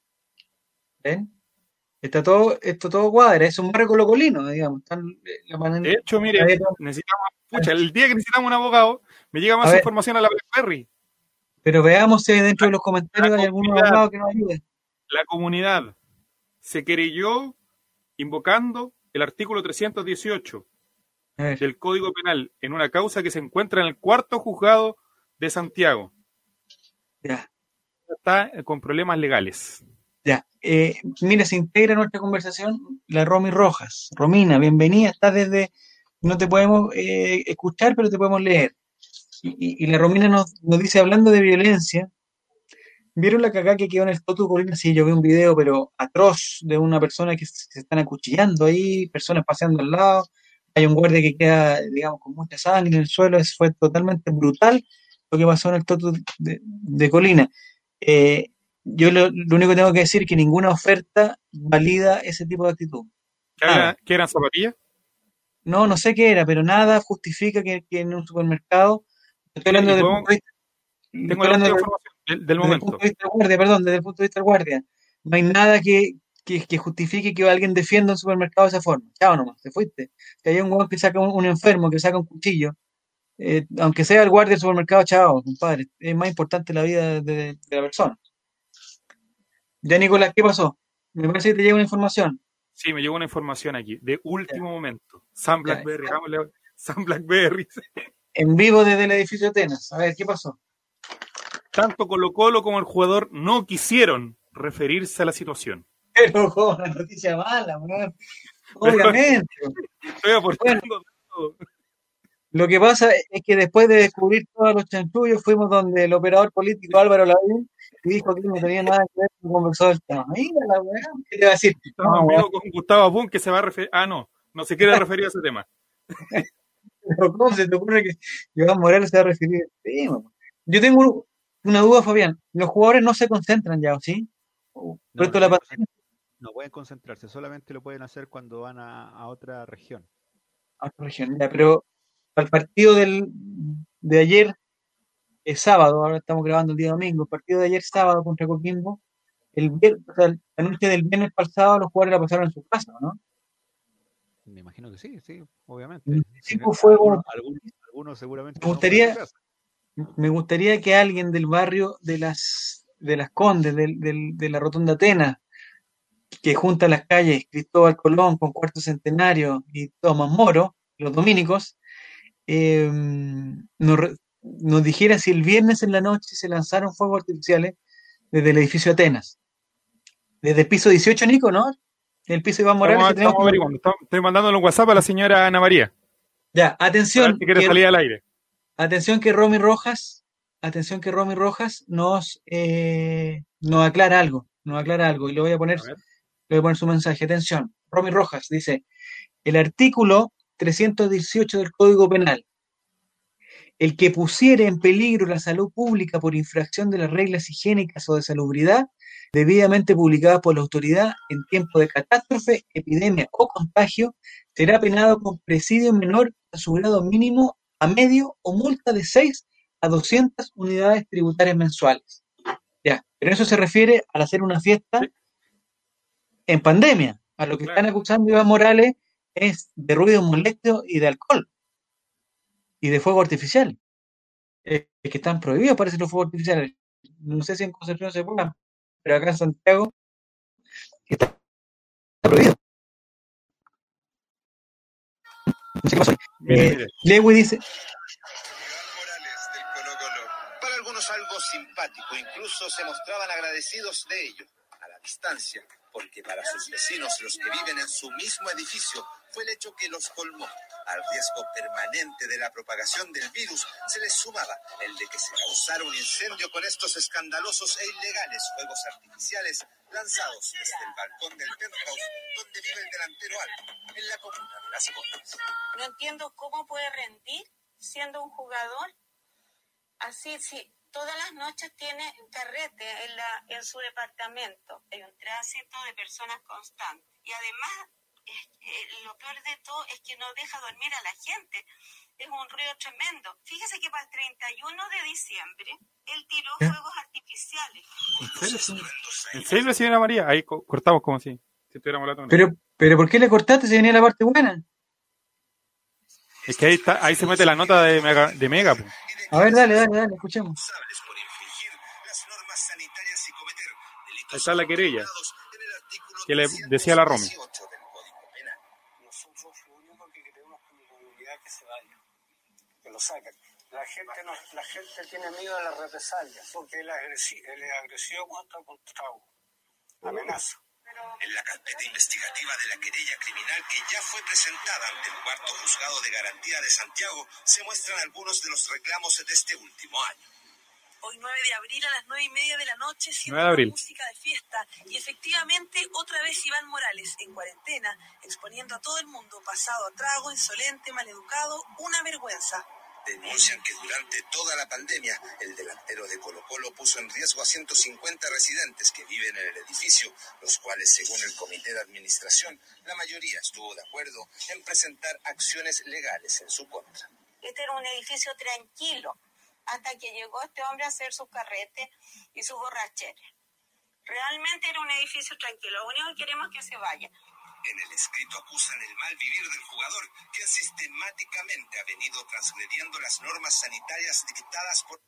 ¿Ven? Está todo, esto todo cuadra, es un barrio colocolino, digamos. Están, eh, la De panadería- hecho, mire, necesitamos. Pucha, el día que necesitamos un abogado, me llega a más ver, información a la BlackBerry. pero veamos si dentro La, de los la comentarios hay algún comunidad, abogado que nos ayude. la comunidad se querelló invocando el artículo trescientos dieciocho A ver, del Código Penal en una causa que se encuentra en el cuarto juzgado de Santiago. ya, Está con problemas legales. ya. Eh, mira, se integra en nuestra conversación la Romy Rojas. Romina, bienvenida, estás desde, no te podemos eh, escuchar, pero te podemos leer. Y, y- y la Romina nos, nos dice, hablando de violencia, ¿vieron la cagada que quedó en el Toto Colina? Sí, yo vi un video, pero atroz, de una persona que se, se están acuchillando ahí, personas paseando al lado, hay un guardia que queda, digamos, con mucha sangre en el suelo, eso fue totalmente brutal lo que pasó en el Toto de, de Colina. Eh, yo lo, lo único que tengo que decir es que ninguna oferta valida ese tipo de actitud. ¿Qué, Nada. era- qué eran zapatillas? No, no sé qué era, pero nada justifica que, que en un supermercado, estoy Mire, hablando y desde el podemos, punto de vista, tengo estoy la hablando última desde información del, del desde el punto momento. de vista del guardia, perdón, desde el punto de vista del guardia, no hay nada que, que, que justifique que alguien defienda un supermercado de esa forma. Chao nomás, te fuiste. Si hay un hueón que saca un, un enfermo, que saca un cuchillo, eh, aunque sea el guardia del supermercado, chao, compadre. Es más importante la vida de, de la persona. Ya, Nicolás, ¿qué pasó? Me parece que te llega una información. Sí, me llegó una información aquí, de Ya, último momento. Sam ya. Blackberry, hagámosle Sam Blackberry. En vivo desde el edificio Atenas. A ver, ¿qué pasó? Tanto Colo Colo como el jugador no quisieron referirse a la situación. Pero ojo, una noticia mala, weón. Pero Obviamente. estoy Bueno, aportando todo. lo que pasa es que después de descubrir todos los chanchullos, fuimos donde el operador político Álvaro Lavín y dijo que no tenía nada que ver con conversar del tema. Mira la weá, ¿qué te va a decir? Estamos No, en weón, vivo con Gustavo Abun, que se va a referir. Ah, no, no se quiere referir a ese tema. pero ¿cómo se te ocurre que Iván Morales se va a referir al tema? Yo tengo una duda, Fabián. Los jugadores no se concentran ya, ¿o sí? Por no, esto no de la pueden, pandemia, no pueden concentrarse, solamente lo pueden hacer cuando van a, a otra región. a otra región, ya, pero al partido del, de ayer, es sábado, ahora estamos grabando el día domingo, el partido de ayer sábado contra Coquimbo, el viernes, o sea, la noche del viernes pasado los jugadores la pasaron en su casa, ¿no? Me imagino que sí, sí, El obviamente. Si no- tipo fue como- algunos, algunos, algunos seguramente me no fue a su gustaría, casa. me gustaría que alguien del barrio de las de las Condes, del, del- de la Rotonda Atenas, que junta las calles Cristóbal Colón con Cuarto Centenario y Tomás Moro, los dominicos, eh, nos, re- nos dijera si el viernes en la noche se lanzaron fuegos artificiales desde el edificio Atenas. Desde el piso dieciocho, Nico, ¿no? El piso Iván Morales Estamos, que tenemos estamos que... averiguando. Estamos- estoy mandándole un WhatsApp a la señora Ana María Ya, para ver atención, si quiere que, salir al aire. atención que Romy Rojas, atención que Romy Rojas nos, eh, nos aclara algo, nos aclara algo, y le voy a poner, A ver. le voy a poner su mensaje. Atención, Romy Rojas dice, el artículo trescientos dieciocho del Código Penal, el que pusiere en peligro la salud pública por infracción de las reglas higiénicas o de salubridad, debidamente publicadas por la autoridad en tiempo de catástrofe, epidemia o contagio, será penado con presidio menor a su grado mínimo a medio o multa de seis a doscientas unidades tributarias mensuales. Ya, pero eso se refiere al hacer una fiesta Sí, en pandemia. A lo que están claro. acusando Iván Morales es de ruido molesto y de alcohol y de fuego artificial. Eh, es que están prohibidos, parece, los fuegos artificiales. No sé si en Concepción se puedan, pero acá en Santiago está prohibido. No sé qué pasó. Mire, Eh, mire. Lewis dice, Morales del Colo Colo. Para algunos algo simpático. o incluso se mostraban agradecidos de ello, a la distancia, porque para sus vecinos, los que viven en su mismo edificio, fue el hecho que los colmó. Al riesgo permanente de la propagación del virus se les sumaba el de que se causara un incendio con estos escandalosos e ilegales fuegos artificiales lanzados desde el balcón del penthouse donde vive el delantero Aldo, en la comuna de Las Condes. No entiendo cómo puede rendir siendo un jugador así, si todas las noches tiene carrete en, la, en su departamento. Hay un tránsito de personas constante. Y además, es, eh, lo peor de todo es que no deja dormir a la gente. Es un ruido tremendo. Fíjese que para el treinta y uno de diciembre, él tiró ¿Eh? fuegos artificiales. ¿En serio? ¿En serio, señora María? Ahí co- cortamos como si, si estuviéramos la tona. Pero, pero ¿por qué le cortaste si venía la parte buena? Es que ahí está, ahí se mete la nota de Mega, de Mega pues. A ver, dale, dale, dale, escuchemos. Ahí está la querella que le decía la Romy. Nosotros lo único que queremos con la comunidad que se vaya, que lo saquen. La gente, no, la gente tiene miedo a las represalias, porque él agresión contra Contrago, amenaza. En la carpeta investigativa de la querella criminal que ya fue presentada ante el cuarto juzgado de garantía de Santiago, se muestran algunos de los reclamos de este último año. Hoy nueve de abril a las nueve y media de la noche, siendo nueve de abril. música de fiesta, y efectivamente otra vez Iván Morales, en cuarentena, exponiendo a todo el mundo, pasado a trago, insolente, maleducado, una vergüenza. Denuncian que durante toda la pandemia, el delantero de Colo-Colo puso en riesgo a ciento cincuenta residentes que viven en el edificio, los cuales, según el comité de administración, la mayoría estuvo de acuerdo en presentar acciones legales en su contra. Este era un edificio tranquilo, hasta que llegó este hombre a hacer sus carretes y sus borracheras. Realmente era un edificio tranquilo, lo único que queremos es que se vaya. En el escrito acusan el mal vivir del jugador, que sistemáticamente ha venido transgrediendo las normas sanitarias dictadas por...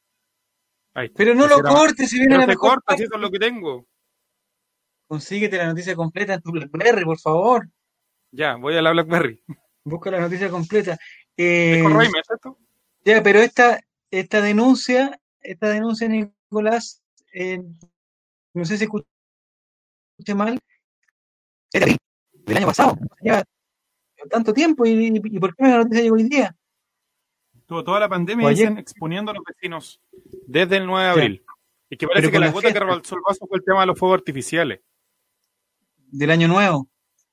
Ahí, Pero no lo cortes, si viene no la te mejor cortas, parte. eso es lo que tengo. Consíguete la noticia completa en tu BlackBerry, por favor. Ya, voy a la BlackBerry. Busca la noticia completa. Eh, ¿Es con Raimi, es esto? ya, pero esta, esta denuncia, esta denuncia, Nicolás, eh, no sé si escuché mal, era del año pasado. Ya tanto tiempo, y, y ¿por qué la noticia llegó hoy día? Tuvo toda la pandemia, Ayer, dicen, exponiendo a los vecinos desde el nueve de abril. Y que parece que la, la gota que rebalsó el vaso fue el tema de los fuegos artificiales. Del año nuevo.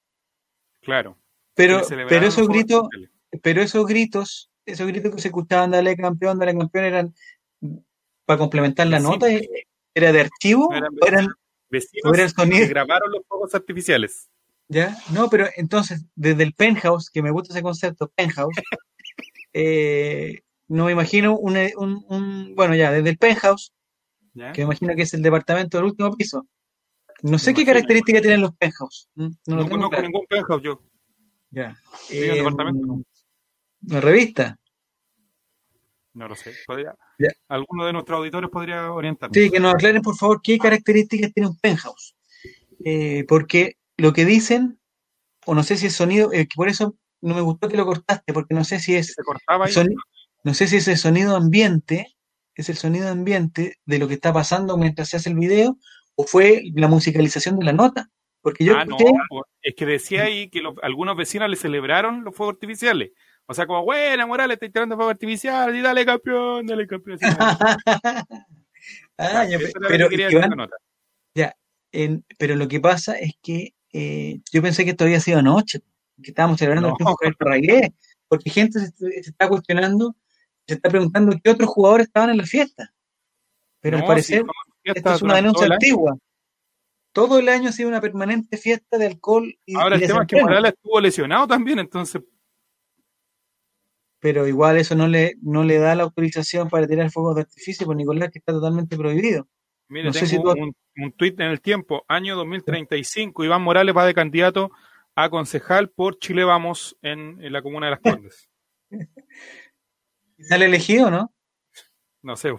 Claro. Pero, pero esos gritos, pero esos gritos, esos gritos que se escuchaban, dale campeón, dale campeón, eran para complementar la sí, nota, ¿era de archivo? No eran ¿O eran vecinos era el sonido? Que grabaron los fuegos artificiales. Ya, no, pero entonces, desde el penthouse, que me gusta ese concepto, penthouse, eh, no me imagino un, un, un, bueno, ya, desde el penthouse, ¿ya? Que me imagino que es el departamento del último piso. No sé me qué imagino, características tienen los penthouse. No, no, no conozco claro. ningún penthouse yo. Ya. Eh, departamento. ¿La revista? No lo sé. Podría, ya. Alguno de nuestros auditores podría orientarnos. Sí, que nos aclaren, por favor, qué características tiene un penthouse. Eh, porque lo que dicen, o no sé si es sonido, eh, por eso no me gustó que lo cortaste, porque no sé si es se cortaba ahí. Sonido, no sé si es el sonido ambiente, es el sonido ambiente de lo que está pasando mientras se hace el video, o fue la musicalización de la nota. Porque yo ah, escuché... no, es que decía ahí que los, algunos vecinos le celebraron los fuegos artificiales. O sea, como, buena, Morales, está tirando fuegos artificiales, y dale campeón, dale campeón. ah, ya, pero, Iván, ya, en, pero lo que pasa es que eh, yo pensé que esto había sido anoche, que estábamos celebrando no. el triunfo de Javier Parragué, porque gente se, se está cuestionando, se está preguntando qué otros jugadores estaban en la fiesta. Pero no, al parecer, sí, esta es una denuncia antigua. Todo el año ha sido una permanente fiesta de alcohol. Y, Ahora y el tema es que Morales estuvo lesionado también, entonces. Pero igual eso no le no le da la autorización para tirar fuegos de artificio por Nicolás, que está totalmente prohibido. Mire, no tengo sé si tú... un, un tuit en el tiempo, año dos mil treinta y cinco, Iván Morales va de candidato a concejal por Chile Vamos en, en la comuna de Las Condes. ¿Sale elegido, no? No sé.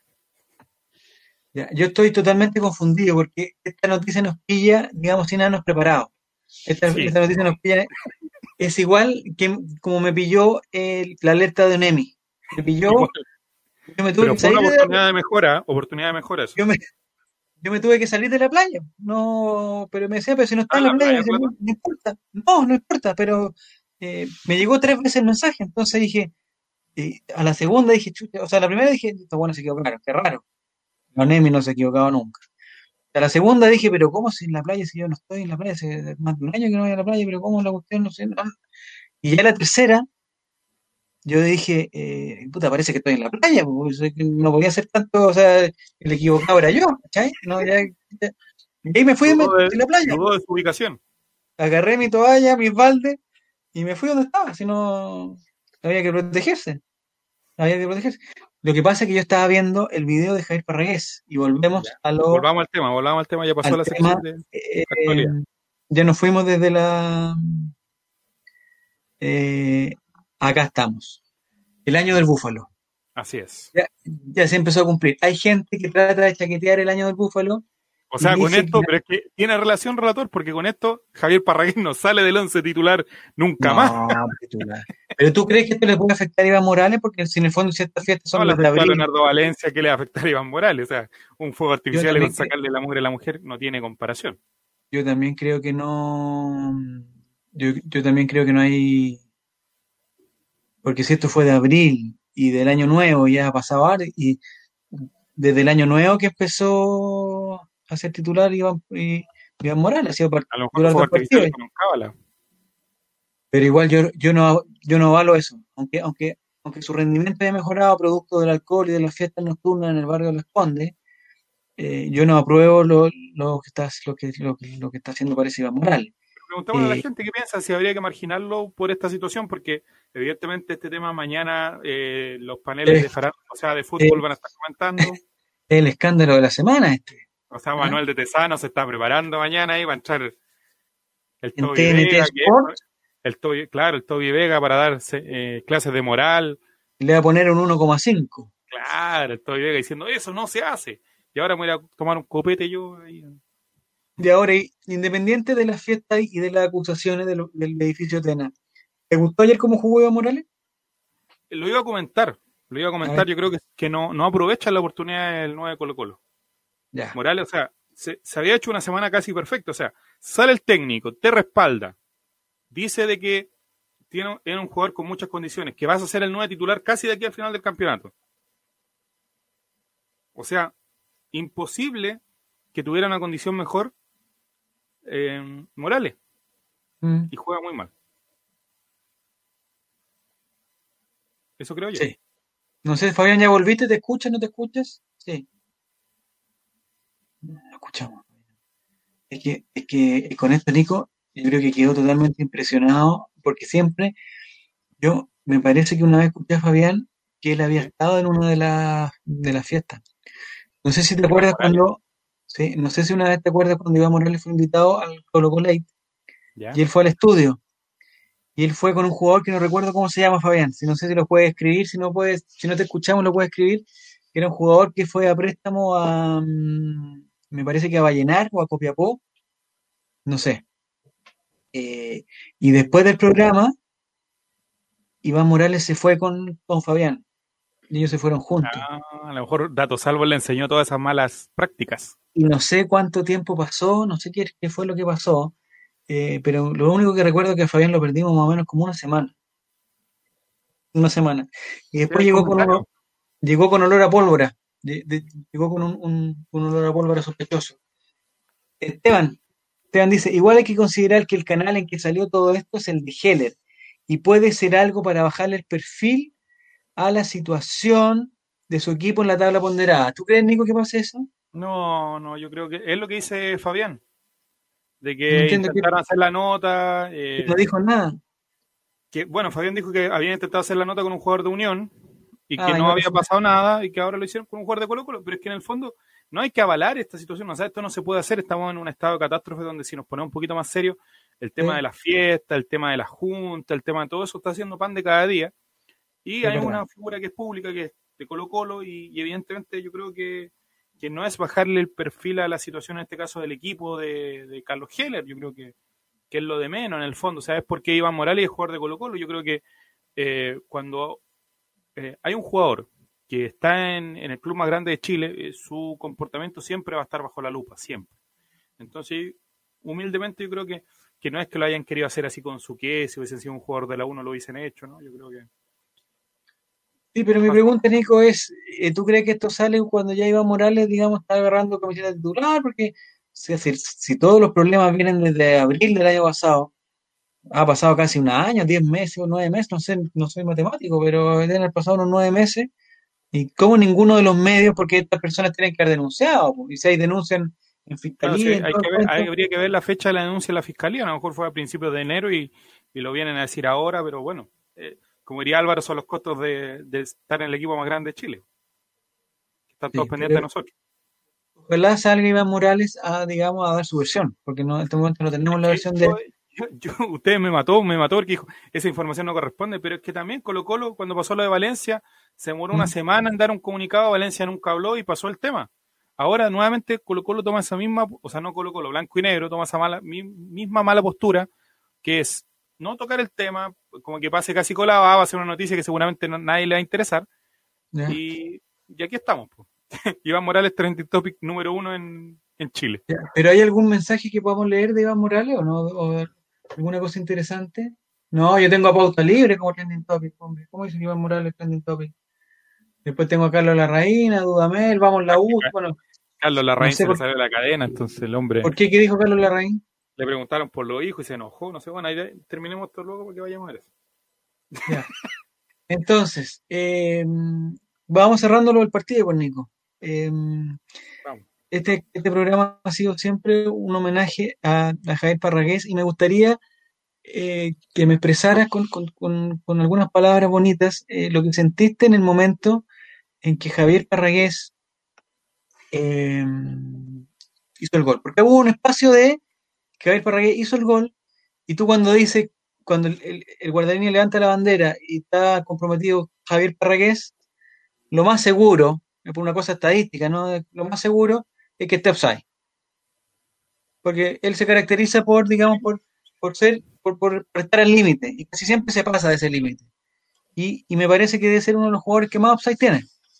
Ya, yo estoy totalmente confundido porque esta noticia nos pilla, digamos, sin habernos preparado. Esta, sí. esta noticia nos pilla, es igual que como me pilló el, la alerta de Onemi. Me pilló, Yo me tuve Pero que fue una salir de, oportunidad de mejora, oportunidad de mejora eso. yo me, yo me tuve que salir de la playa. No, pero me decía, pero si no está ¿Está en en la la playa, me playa, decía, Plata? no, no importa. No, no importa, pero eh, me llegó tres veces el mensaje. Entonces dije, y a la segunda dije, chucha, o sea, la primera dije, esto bueno se equivocaron, qué raro. No, Nemi no se ha equivocado nunca. A la segunda dije, pero ¿cómo si en la playa, si yo no estoy en la playa, hace más de un año que no voy a la playa, pero ¿cómo la cuestión? No sé. No. Y ya la tercera, yo dije, eh, puta, parece que estoy en la playa, pues, no podía ser tanto, o sea, el equivocado era yo, ¿cachai? No, ya, ya. Y ahí me fui me- Dudó de, de la playa, dudó de su ubicación. agarré mi toalla, mis baldes, y me fui donde estaba, si no, había que protegerse, había que protegerse. Lo que pasa es que yo estaba viendo el video de Javier Parragués, y Ya. volvemos a lo, Volvamos al tema, volvamos al tema, ya pasó al la tema, sección de eh, actualidad. ya nos fuimos desde la, eh, acá estamos, el año del búfalo. Así es. Ya, ya se empezó a cumplir. Hay gente que trata de chaquetear el año del búfalo O y sea, con dice que esto, pero es que tiene relación, relator, porque con esto Javier Parragués no sale del once titular nunca más. no, titular. Pero tú crees que esto le puede afectar a Iván Morales porque si en el fondo si estas fiestas No son le las de afectó a abril, Leonardo Valencia, que le va a afectar a Iván Morales. O sea, un fuego yo artificial y también, con cre- sacarle la mugre a la mujer no tiene comparación. yo también creo que no, yo, yo también creo que no hay, porque si esto fue de abril y del año nuevo ya ha pasado ahora, y desde el año nuevo que empezó a ser titular Iván, y- Iván Morales, ha sido par- A lo mejor los titular dos fuegos artificiales partidos. fueron cábala. Pero igual yo, yo no yo no avalo eso, aunque, aunque, aunque su rendimiento haya mejorado producto del alcohol y de las fiestas nocturnas en el barrio de Las Condes, eh, yo no apruebo lo, lo que está lo que, lo, que- lo que está haciendo parece Iván Morales. Preguntémosle a la Eh, gente qué piensa si habría que marginarlo por esta situación, porque evidentemente este tema mañana eh, los paneles de es, farándula, o sea, de es fútbol van a estar comentando. el escándalo de la semana este, O sea, ¿ah? Manuel de Tesano se está preparando mañana y va a entrar el En Toby T N T Vega, que Sport es- el Toby, claro, el Toby Vega para dar eh, clases de moral. le va a poner un uno coma cinco. Claro, el Toby Vega diciendo, eso no se hace. Y ahora me voy a ir a tomar un copete yo ahí. De ahora, y- independiente de las fiestas y de las acusaciones de lo- del edificio Tena, ¿te gustó ayer cómo jugó Iván Morales? Lo iba a comentar, lo iba a A ver, comentar, yo creo que, que no, no aprovecha la oportunidad del nueve Colo Colo. ya. Morales, o sea, se, se había hecho una semana casi perfecta, o sea, sale el técnico, te respalda, dice de que tiene, tiene un jugador con muchas condiciones, que vas a ser el nueve titular casi de aquí al final del campeonato. O sea, imposible que tuviera una condición mejor eh, Morales, Mm, y juega muy mal. Eso creo yo. sí. No sé, Fabián, ¿ya volviste? ¿Te escuchas? ¿No te escuchas? Sí, lo escuchamos. Es que, es que con esto, Nico, yo creo que quedó totalmente impresionado, porque siempre, yo, me parece que una vez escuché a Fabián que él había Sí. estado en una de las de las fiestas. No sé si te Iván acuerdas Morales, cuando, sí, no sé si una vez te acuerdas cuando Iván Morales fue invitado al Colo Colo Light ¿ya? y él fue al estudio. Y él fue con un jugador que no recuerdo cómo se llama, Fabián. Si no sé si lo puedes escribir, si no puedes, si no te escuchamos, lo puedes escribir. Que era un jugador que fue a préstamo a, mm, me parece que a Vallenar o a Copiapó, no sé. Eh, y después del programa, Iván Morales se fue con, con Fabián. Y ellos se fueron juntos. Ah, a lo mejor Dato Salvo le enseñó todas esas malas prácticas. Y no sé cuánto tiempo pasó, no sé qué, qué fue lo que pasó, eh, pero lo único que recuerdo es que a Fabián lo perdimos más o menos como una semana. Una semana. Y Sí, después hay llegó con comentarios. uno, llegó con olor a pólvora. De- de- llegó con un, un- un olor a pólvora sospechoso. Esteban, Esteban dice, igual hay que considerar que el canal en que salió todo esto es el de Heller y puede ser algo para bajarle el perfil a la situación de su equipo en la tabla ponderada. ¿Tú crees, Nico, que pase eso? No, no, yo creo que es lo que dice Fabián, de No que entiendo que intentaron hacer la nota, que no eh, dijo nada. que bueno, Fabián dijo que habían intentado hacer la nota con un jugador de Unión y que Ah, y no no había pasó. pasado nada y que ahora lo hicieron con un jugador de Colo Colo, pero es que en el fondo no hay que avalar esta situación, o sea, esto no se puede hacer, estamos en un estado de catástrofe donde si nos ponemos un poquito más serio, el tema Sí, de las fiestas, el tema de la junta, el tema de todo eso está haciendo pan de cada día y es hay verdad. una figura que es pública, que es de Colo Colo y, y evidentemente yo creo que, que no es bajarle el perfil a la situación en este caso del equipo de, de Carlos Heller, yo creo que, que es lo de menos en el fondo, ¿sabes por qué Iván Morales es jugador de Colo Colo? Yo creo que eh, cuando eh, hay un jugador que está en, en el club más grande de Chile, eh, su comportamiento siempre va a estar bajo la lupa, siempre. Entonces, humildemente yo creo que, que no es que lo hayan querido hacer así con su que, si hubiesen sido un jugador de la U no lo hubiesen hecho, ¿no? Yo creo que... Sí, pero mi pregunta, Nico, es, eh, ¿tú crees que esto sale cuando ya Iván Morales, digamos, está agarrando camiseta titular? Porque si, si, si todos los problemas vienen desde abril del año pasado, ha pasado casi un año, diez meses o nueve meses, no sé, no soy matemático, pero deben haber pasado unos nueve meses, y como ninguno de los medios, porque estas personas tienen que haber denunciado, po, y si hay denuncian en Claro, sí, fiscalía, en hay todo que el ver, cuento. hay- habría que ver la fecha de la denuncia de la fiscalía, a lo mejor fue a principios de enero y, y lo vienen a decir ahora, pero bueno, eh, como diría Álvaro, son los costos de, de estar en el equipo más grande de Chile. Están todos Sí, pendientes pero de nosotros. ojalá salga Iván Morales a, digamos, a dar su versión, porque no, en este momento no tenemos la Que versión yo, de... yo, yo- usted me mató, me mató porque dijo, esa información no corresponde, pero es que también Colo Colo, cuando pasó lo de Valencia, se demoró una ¿Mm? semana en dar un comunicado, Valencia nunca habló y pasó el tema. Ahora, nuevamente, Colo Colo toma esa misma, o sea, no Colo Colo, blanco y negro, toma esa mala, mi- misma mala postura, que es no tocar el tema, como que pase casi colado, ah, va a ser una noticia que seguramente no- nadie le va a interesar, ¿Ya? y, y aquí estamos. Po. Iván Morales, trending topic número uno en, en Chile. Ya, ¿pero hay algún mensaje que podamos leer de Iván Morales o no? ¿O alguna cosa interesante? No, yo tengo a Pauta Libre como trending topic, hombre. ¿Cómo dice que Iván Morales trending topic? Después tengo a Carlos Larraín, a Dudamel, vamos la U. Bueno, Carlos no Larraín sé se le por, salió la cadena, entonces el hombre por qué, ¿qué dijo Carlos Larraín? le preguntaron por los hijos y se enojó, no sé, bueno, ahí terminemos esto luego porque vayamos a ver eso. Ya. Entonces, eh, vamos cerrándolo el partido con Nico. Eh, Vamos. este, este programa ha sido siempre un homenaje a, a Javier Parragués y me gustaría eh, que me expresaras con, con- con- con algunas palabras bonitas eh, lo que sentiste en el momento en que Javier Parragués eh, hizo el gol. Porque hubo un espacio de que Javier Parragués hizo el gol y tú cuando dices, cuando el, el, el guardarini levanta la bandera y está comprometido Javier Parragués, lo más seguro, por una cosa estadística, ¿no? Lo más seguro es que esté offside. Porque él se caracteriza por, digamos, por, por ser, por, por estar al límite, y casi siempre se pasa de ese límite. Y, y me parece que debe ser uno de los jugadores que más offside tiene,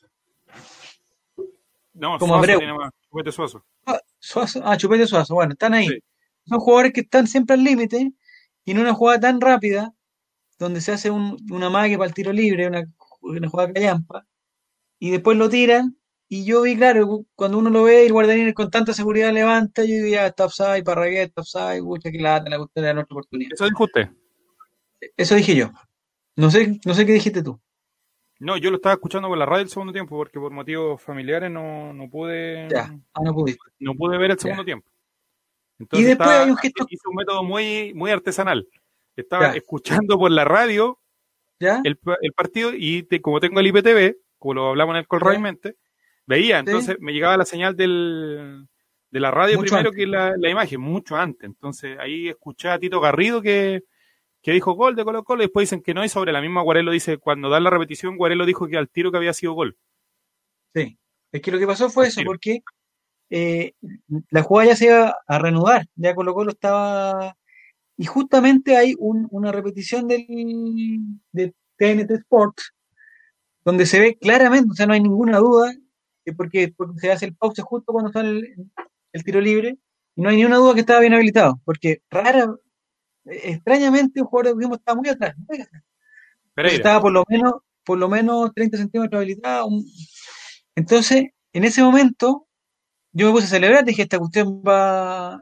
No, como Suazo Abreu. tiene más, Chupete Suazo. Ah, Suazo, ah, Chupete Suazo, bueno, están ahí. Sí. Son jugadores que están siempre al límite, y en una jugada tan rápida, donde se hace un, una mague para el tiro libre, una, una jugada callampa, y después lo tiran, y yo vi, claro, cuando uno lo ve, y el guardarín con tanta seguridad levanta, yo diría, está offside, Parragués, está offside, pucha, que lata, la cuestión de nuestra oportunidad. Eso dijo usted. Eso dije yo. No sé, no sé qué dijiste tú. No, yo lo estaba escuchando por la radio el segundo tiempo porque por motivos familiares no, no pude Ya, ah, no pudiste. no pude ver el Ya. segundo tiempo. Y Entonces después estaba, hay un gesto, hice un método muy, muy artesanal. Estaba ya, escuchando por la radio ya, el, el partido y te- como tengo el I P T V, como lo hablamos en el Colray ya, Mente, veía, sí, entonces me llegaba la señal del, de la radio mucho primero antes. que la, la imagen, mucho antes. Entonces ahí escuché a Tito Garrido que, que dijo gol de Colo Colo y después dicen que no, y sobre la misma Guarelo dice, cuando da la repetición, Guarelo dijo que al tiro que había sido gol. Sí. Es que lo que pasó fue Al eso, tiro. porque eh, la jugada ya se iba a reanudar, ya Colo Colo estaba, y justamente hay un- una repetición del, de T N T Sports, donde se ve claramente, o sea, no hay ninguna duda, eh, porque, porque se hace el pause justo cuando sale el, el tiro libre, y no hay ni una duda que estaba bien habilitado, porque rara, eh, extrañamente un jugador de Coquimbo estaba muy atrás, muy atrás. Entonces Pereira. estaba por lo menos, por lo menos treinta centímetros habilitado. un- Entonces, en ese momento, yo me puse a celebrar, dije, esta cuestión va,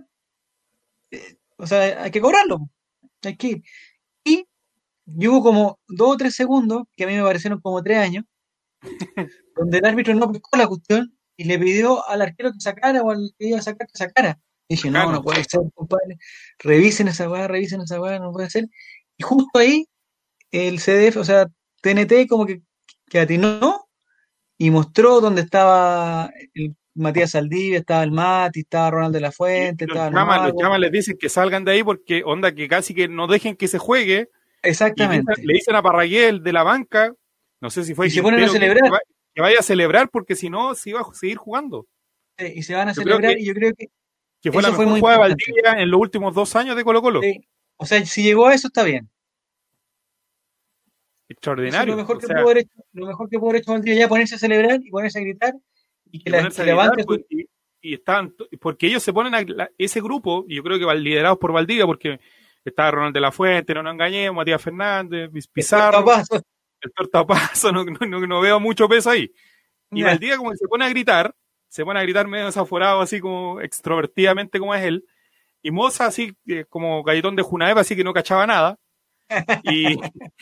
o sea, hay que cobrarlo, hay que ir. Y, y hubo como dos o tres segundos, que a mí me parecieron como tres años, donde el árbitro no pescó la cuestión y le pidió al arquero que sacara o al que iba a sacar que sacara. Y dije, no, Bacano. no puede ser, compadre, revisen esa weá, revisen esa weá, no puede ser. Y justo ahí, el C D F, o sea, T N T como que, que atinó y mostró dónde estaba el Matías Saldivia, estaba el Mati, estaba Ronald de la Y Fuente, los estaba el chamas, los Mago. chamas les dicen que salgan de ahí porque onda que casi que no dejen que se juegue y dicen- Exactamente. le dicen a Parraguel de la banca, no sé si fue Y se ponen a Quintero, que, celebrar. que va- que vaya a celebrar porque si no se iba a seguir jugando. eh, Y se van a Yo creo celebrar, que, y yo creo que que fue eso la fue mejor muy jugada de importante. Valdivia en los últimos dos años de Colo Colo. Sí. O sea, si llegó a eso está bien. extraordinario. Eso es lo mejor o que sea, pudo haber hecho, lo mejor que pudo haber hecho Valdivia, ya ponerse a celebrar y ponerse a gritar y que y la, ponerse a que la gritar, banca pues, y, y estaban, porque ellos se ponen a la- ese grupo, y yo creo que van liderados por Valdivia, porque estaba Ronald de la Fuente, no nos engañemos, Matías Fernández, Piz- Pizarro, paso. el tortapaso, no, no, no, no veo mucho peso ahí. Y Ya. Valdivia como que se pone a gritar, se pone a gritar medio desaforado, así como extrovertidamente como es él, y Moza así eh, como galletón de Junaeva, así que no cachaba nada, y,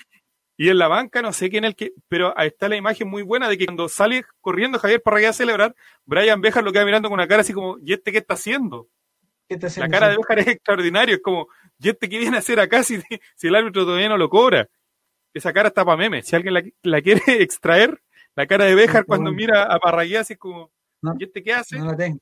y en la banca no sé quién es el que, pero ahí está la imagen muy buena de que cuando sale corriendo Javier Parragués a celebrar, Brian Béjar lo queda mirando con una cara así como, ¿y este qué está haciendo? ¿Qué está La haciendo? cara de Béjar es extraordinaria, es como, ¿y este qué viene a hacer acá si, si el árbitro todavía no lo cobra? Esa cara está para meme, si alguien la, la quiere extraer, la cara de Béjar No, cuando no. mira a Parragués así como, No, ¿y este qué hace? no la tengo.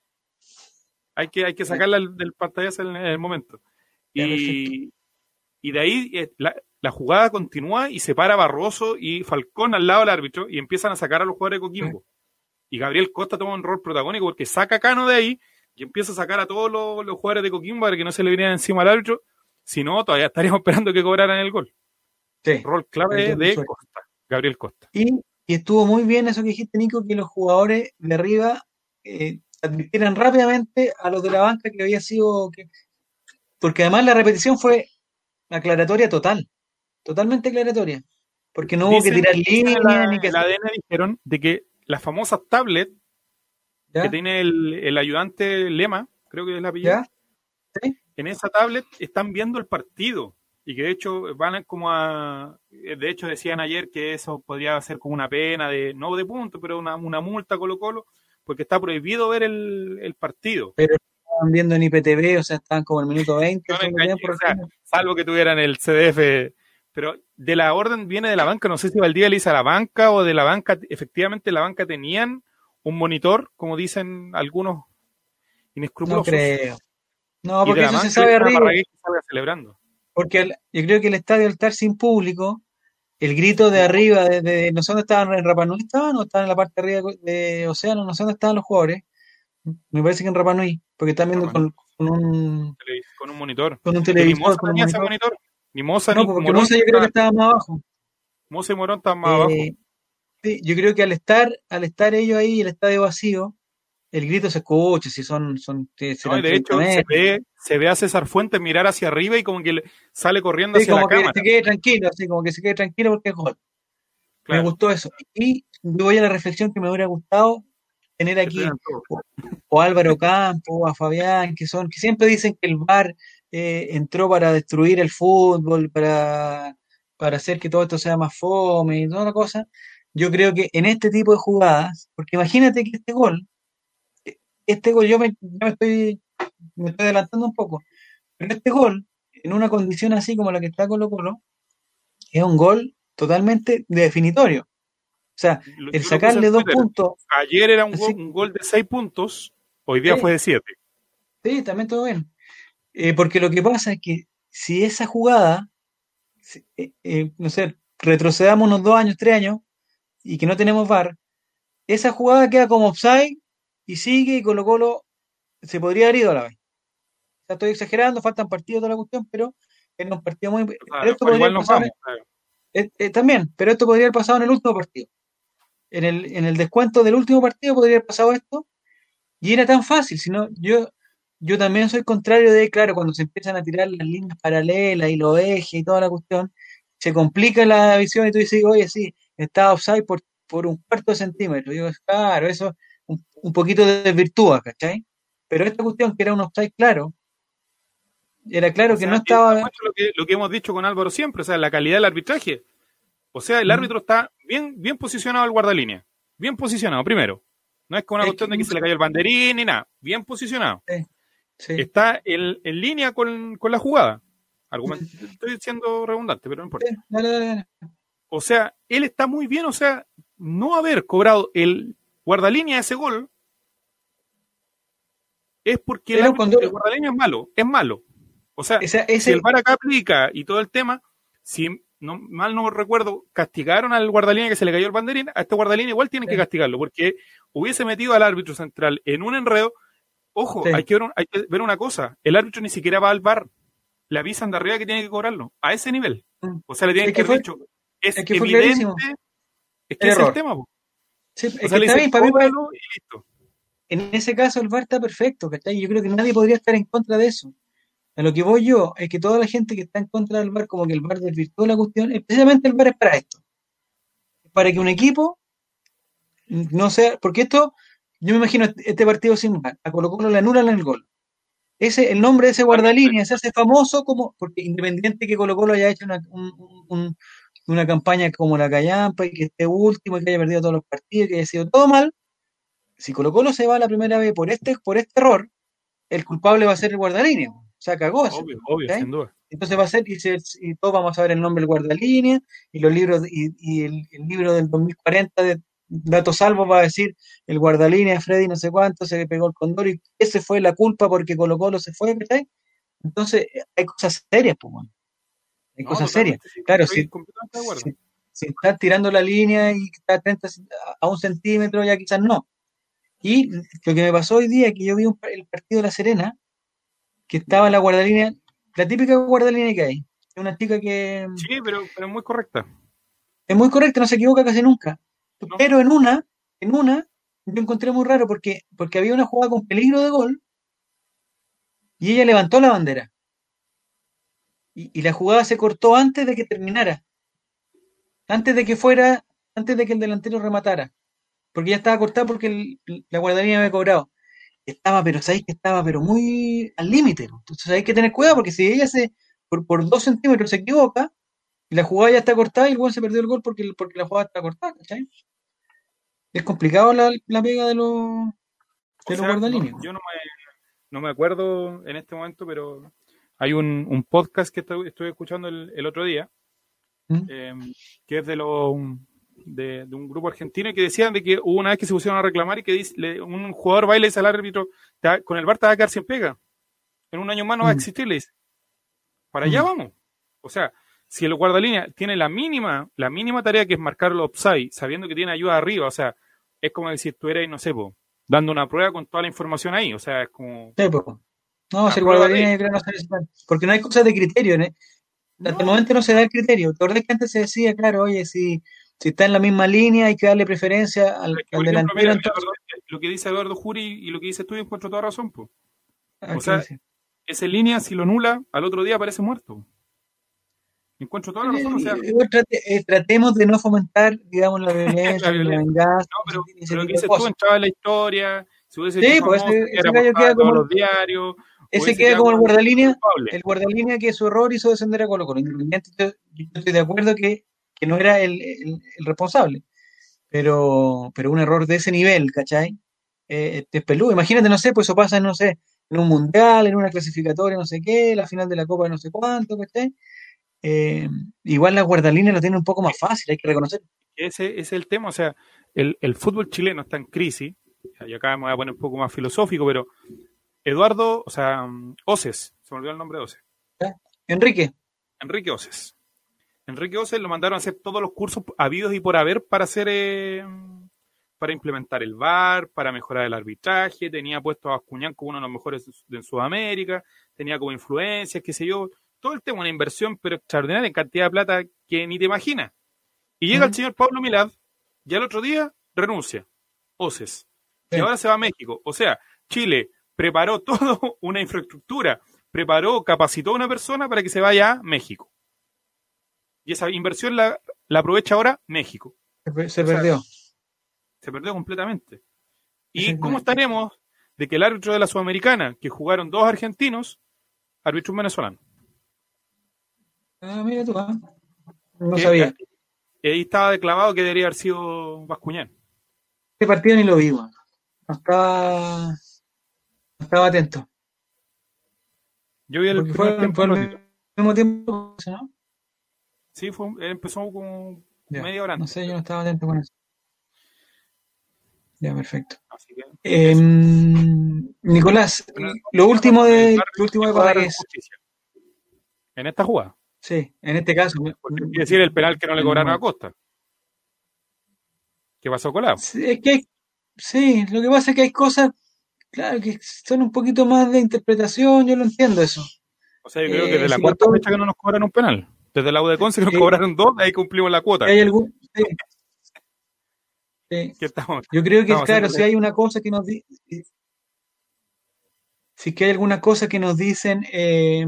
Hay que, hay que sacarla del, del pantallazo en el momento. Ya, Y, y de ahí eh, la, la jugada continúa y se para Barroso y Falcón al lado del árbitro y empiezan a sacar a los jugadores de Coquimbo. Y Gabriel Costa toma un rol protagónico porque saca a Cano de ahí y empieza a sacar a todos los, los jugadores de Coquimbo para que no se le vinieran encima al árbitro. Si no, todavía estaríamos esperando que cobraran el gol. Sí. Rol clave Ahí de tuvo Costa, Gabriel Costa. Y, y estuvo muy bien eso que dijiste, Nico, que los jugadores de arriba eh, advirtieran rápidamente a los de la banca que había sido. Que, porque además la repetición fue aclaratoria total, totalmente aclaratoria. Porque no hubo que Dicen, tirar dicen en línea la, ni que en la hacer. A D N dijeron de que las famosas tablets ¿Ya? que tiene el, el ayudante Lema, creo que es la apellido, ¿Ya? ¿Sí? en esa tablet están viendo el partido y que de hecho van como a, de hecho decían ayer que eso podría ser como una pena de, no de punto, pero una, una multa a Colo Colo, porque está prohibido ver el, el partido. Pero estaban viendo en I P T V, o sea, estaban como en el minuto veinte. No me el segundo engañé, tiempo, o sea, salvo que tuvieran el C D F, pero de la orden viene de la banca, no sé si Valdivia le dice a la banca o de la banca, efectivamente la banca tenían un monitor, como dicen algunos no inescrupulosos. creo. No, Y de porque la eso banca se sabe le dicen a arriba. Parragués que salga celebrando. Porque el- yo creo que el estadio al estar sin público, el grito de arriba, de, de- no sé dónde estaban, en Rapa Nui estaban o estaban en la parte de arriba de Océano, no sé dónde estaban los jugadores. Me parece que en Rapa Nui, porque están viendo Rapa con, con un, Con un monitor. con un Que ni televisor, Moza con un tenía ese monitor. monitor. Ni Moza No, ni porque Morón. Moza yo creo que estaba más abajo. Moza y Morón estaban más abajo. Eh, sí, yo creo que al estar, al estar ellos ahí, el estadio vacío, el grito se escucha, si son, son eh, No, serán y de treinta hecho, se metros. ve, se ve a César Fuentes mirar hacia arriba y como que le sale corriendo Sí, hacia la como que cámara. se quede tranquilo, así como que se quede tranquilo porque es gol. Me Claro. gustó eso. Y yo voy a la reflexión que me hubiera gustado tener Que aquí estuvieran todos. o, o a Álvaro Campos, o a Fabián, que son, que siempre dicen que el V A R eh, entró para destruir el fútbol, para, para hacer que todo esto sea más fome y toda la cosa. Yo creo que en este tipo de jugadas, porque imagínate que este gol, este gol, yo me, yo me estoy, me estoy adelantando un poco, pero este gol, en una condición así como la que está Colo Colo, es un gol totalmente definitorio. O sea, Lo- el yo lo sacarle puse en dos Twitter. puntos, Ayer era un así- gol, un gol de seis puntos, hoy día Sí. fue de siete. sí, también todo bien. Eh, porque lo que pasa es que si esa jugada, si- eh, eh, no sé, retrocedamos unos dos años, tres años, y que no tenemos V A R, esa jugada queda como offside y sigue y Colo Colo se podría haber ido a la vez. O sea, estoy exagerando, faltan partidos toda la cuestión, pero era un partido muy... O sea, pero esto igual podría haber nos pasado en- vamos. claro. eh, eh, también, pero esto podría haber pasado en el último partido. En el, en el descuento del último partido podría haber pasado esto, y era tan fácil, sino yo, yo también soy contrario de, claro, cuando se empiezan a tirar las líneas paralelas y los ejes y toda la cuestión, se complica la visión y tú dices, oye, sí, está offside por, por un cuarto de centímetro. Digo, claro, eso un, un poquito desvirtúa, ¿cachai? Pero esta cuestión que era un offside claro, era claro O que sea, no y estaba... esto muestra lo que, lo que hemos dicho con Álvaro siempre, o sea, la calidad del arbitraje. O sea, el Mm. árbitro está bien, bien posicionado al guardalínea. Bien posicionado, primero. No es con una Es cuestión que- de que se le cayó el banderín ni nada. Bien posicionado. Sí. Está en, en línea con, con la jugada. Argumento, estoy siendo redundante, pero no importa. Sí, dale, dale, dale. O sea, él está muy bien, o sea, no haber cobrado el guardalínea de ese gol es porque el, Pero árbitro- cuando- el guardalínea es malo, es malo. O sea, Esa- si ese, el V A R acá aplica y todo el tema, si no, mal no recuerdo, castigaron al guardalínea que se le cayó el banderín, a este guardalínea igual tienen Sí. que castigarlo, porque hubiese metido al árbitro central en un enredo. Ojo, Sí. hay, que ver un- hay que ver una cosa, el árbitro ni siquiera va al V A R, le avisan de arriba que tiene que cobrarlo, a ese nivel. Mm. O sea, le tienen Es que que haber fue- dicho, es, es que fue evidente, clarísimo. es que El es error. el tema, po. Sí, es O que sea, le está dicen, bien, para mí, pues, cóbralo y listo. en ese caso el V A R está perfecto, ¿cachai? Yo creo que nadie podría estar en contra de eso. A lo que voy yo es que toda la gente que está en contra del V A R, como que el V A R desvirtuó la cuestión, especialmente el V A R es para esto, para que un equipo no sea, porque esto, yo me imagino este este partido sin V A R, a Colo Colo le anulan el gol. Ese, el nombre de ese guardalínea se hace famoso como, porque independiente que Colo Colo haya hecho una, un- un- un- una campaña como la Callampa y que esté último y que haya perdido todos los partidos, que haya sido todo mal, si Colo Colo se va la primera vez por este, por este error, el culpable va a ser el guardalínea. O sea, cagó ese. Obvio, obvio, ¿cachai? sin duda. Entonces va a ser, y, se- y todos vamos a ver el nombre del guardalínea, y los libros, y, y el, el libro del dos mil cuarenta de Datos Salvos va a decir el guardalínea Freddy no sé cuánto se pegó el condor y ese fue la culpa porque Colo Colo se fue, ¿cachai? Entonces eh, hay cosas serias, pues, bueno. Hay No, cosas serias. totalmente, sí, Claro, estoy si, completamente de acuerdo. si, si estás tirando la línea y está a, treinta, a un centímetro, ya quizás no. Y lo que me pasó hoy día, que yo vi un, el partido de La Serena, que estaba la guardalínea, la típica guardalínea que hay. Es una chica que Sí, pero, pero es muy correcta. es muy correcta, no se equivoca casi nunca. No. Pero en una, en una, yo encontré muy raro porque, porque había una jugada con peligro de gol y ella levantó la bandera. Y, y la jugada se cortó antes de que terminara. Antes de que fuera, antes de que el delantero rematara. Porque ya estaba cortada porque el- la guardalínea había cobrado. Estaba, pero sabéis que estaba, pero muy al límite. Entonces hay que tener cuidado porque si ella se, por, por dos centímetros se equivoca, y la jugada ya está cortada y el gol se perdió el gol porque, porque la jugada está cortada, ¿cachai? Es complicado la, la pega de los, O de los sea, guardalíneas. no, yo no me, no me acuerdo en este momento, pero hay un, un podcast que estoy, estuve escuchando el, el otro día, ¿Mm? eh, que es de, lo, de, de un grupo argentino, y que decían de que hubo una vez que se pusieron a reclamar y que dice, le, un jugador va y le dice al árbitro, "Te va- con el V A R te va a quedar sin pega. En un año más no va a Mm. existir", le dice. Para allá Mm. vamos. O sea, si el guardalínea tiene la mínima, la mínima tarea que es marcar los offside, sabiendo que tiene ayuda arriba, o sea, es como si estuvierais, no sé, po, dando una prueba con toda la información ahí, o sea, es como... Sí, pues. No, La si el prueba guardalínea de- yo creo que no se necesita. Porque no hay cosas de criterio, ¿eh? Hasta No, el momento no se da el criterio. ¿Te acordás que antes se decía, claro, oye, si, si está en la misma línea hay que darle preferencia al, es que, al por ejemplo, delantero? mira, Entonces, Eduardo, lo que dice Eduardo Juri y lo que dices tú, yo encuentro toda razón, pues. ah, O sea, ¿qué dice? esa línea, si lo nula, al otro día aparece muerto. Encuentro toda la razón, o sea, Eh, igual trate- eh, tratemos de no fomentar, digamos, la violencia, la ni la violencia. venganza, No, pero, ese pero lo que tipo de dices tú cosas. entraba en la historia, si hubiese Sí, hecho pues famoso, ese, que ese era gallo portada queda de todos como, los diarios, ese hubiese queda quedado como el como el guardalínea, culpable. el guardalínea que su error hizo descender a Colo Colo. Independiente, yo, yo estoy de acuerdo que, que no era el, el- el responsable, pero, pero un error de ese nivel, ¿cachai? Eh, es peludo. Imagínate, no sé, pues eso pasa, no sé, en un mundial, en una clasificatoria, no sé qué, la final de la Copa de no sé cuánto, ¿cachai? Eh, igual la guardalínea lo tiene un poco más fácil, hay que reconocer. Ese, ese es el tema, o sea, el, el fútbol chileno está en crisis, y acá me voy a poner un poco más filosófico, pero Eduardo, o sea, Oces, se me olvidó el nombre de Oces, ¿Ya? Enrique, Enrique Oces. Enrique Oces lo mandaron a hacer todos los cursos habidos y por haber para hacer, eh, para implementar el V A R, para mejorar el arbitraje, tenía puesto a Bascuñán como uno de los mejores de Sudamérica, tenía como influencias, qué sé yo, todo el tema, una inversión pero extraordinaria en cantidad de plata que ni te imaginas. Y llega ¿Mm? el señor Pablo Milad y al otro día renuncia, Oces, y Sí. ahora se va a México. O sea, Chile preparó toda una infraestructura, preparó, capacitó a una persona para que se vaya a México. Y esa inversión la, la aprovecha ahora México. se, per- se O sea, perdió. Se perdió completamente. ¿Y Exactamente. cómo estaremos de que el árbitro de la Sudamericana, que jugaron dos argentinos, árbitro un venezolano? Ah, mira tú, ah. No Que, sabía. eh, ahí estaba declavado que debería haber sido Bascuñán. Este partido ni lo vi, weón. No estaba, no estaba atento. Yo vi el Porque primer fue, tiempo fue un al ratito. mismo tiempo, ¿no? Sí, fue, empezó como Ya, media hora no antes. sé, yo no estaba atento con eso. Ya, perfecto. Así que, Eh, eso. Nicolás, Bueno, lo último el de, V A R lo último de llegó a dar Parragués. justicia en esta jugada. Sí, en este caso. Porque quiere decir el penal que no le cobraron a Costa. ¿Qué pasó colado? Sí, es que hay- sí, lo que pasa es que hay cosas, claro, que son un poquito más de interpretación, yo lo entiendo eso. O sea, yo creo que Eh, de la si lo cuarta to- fecha que no nos cobran un penal. Desde la U de Conce nos Sí. cobraron dos, ahí cumplimos la cuota. Si hay algún, sí, sí. Que estamos, Yo creo que, estamos claro, haciendo- si hay una cosa que nos di- si es que hay alguna cosa que nos dicen, eh,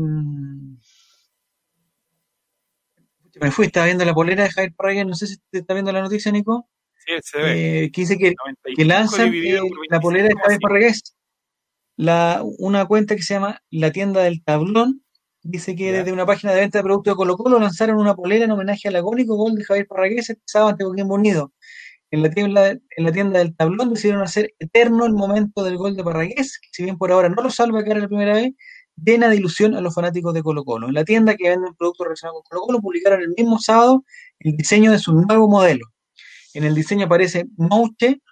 me fui, estaba viendo la polera de Javier Parragués, no sé si te está viendo la noticia, Nico, Sí, se ve. eh, que dice que, noventa y que cinco lanzan dividido eh, por la polera de veinticinco Javier masivo. Parragués, la, una cuenta que se llama La Tienda del Tablón, dice que Ya. desde una página de venta de productos de Colo Colo lanzaron una polera en homenaje al agónico gol de Javier Parragués este sábado ante Coquimbo Unido. En la, tienda, en la tienda del Tablón decidieron hacer eterno el momento del gol de Parragués, que si bien por ahora no lo salva cara la primera vez, llena de ilusión a los fanáticos de Colo Colo. En la tienda que venden productos relacionados con Colo Colo publicaron el mismo sábado el diseño de su nuevo modelo. En el diseño aparece Mouche,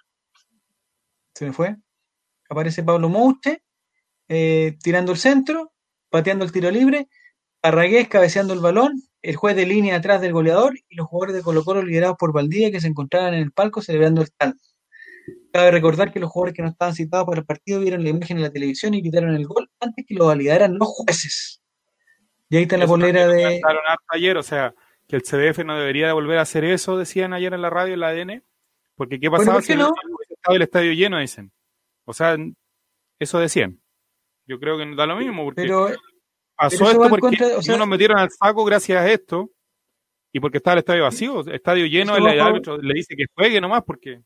se me fue, aparece Pablo Mouche eh, tirando el centro, pateando el tiro libre, Parragués cabeceando el balón, el juez de línea atrás del goleador y los jugadores de Colo Colo liderados por Valdivia que se encontraban en el palco celebrando el tanto. Cabe recordar que los jugadores que no estaban citados para el partido vieron la imagen en la televisión y gritaron el gol antes que lo validaran los jueces. Y ahí está la Eso polera también lo de... comentaron harto ayer, o sea, que el C D F no debería de volver a hacer eso, decían ayer en la radio, en la A D N, porque ¿qué pasaba ¿por qué si no? hubiese estado el estadio lleno, dicen? O sea, eso decían. Yo creo que no da lo mismo, porque Pero, pasó pero eso va esto en porque contra, o sea, no nos metieron al saco gracias a esto, y porque estaba el estadio vacío, el estadio lleno, Eso va a el favor- árbitro le dice que juegue nomás, porque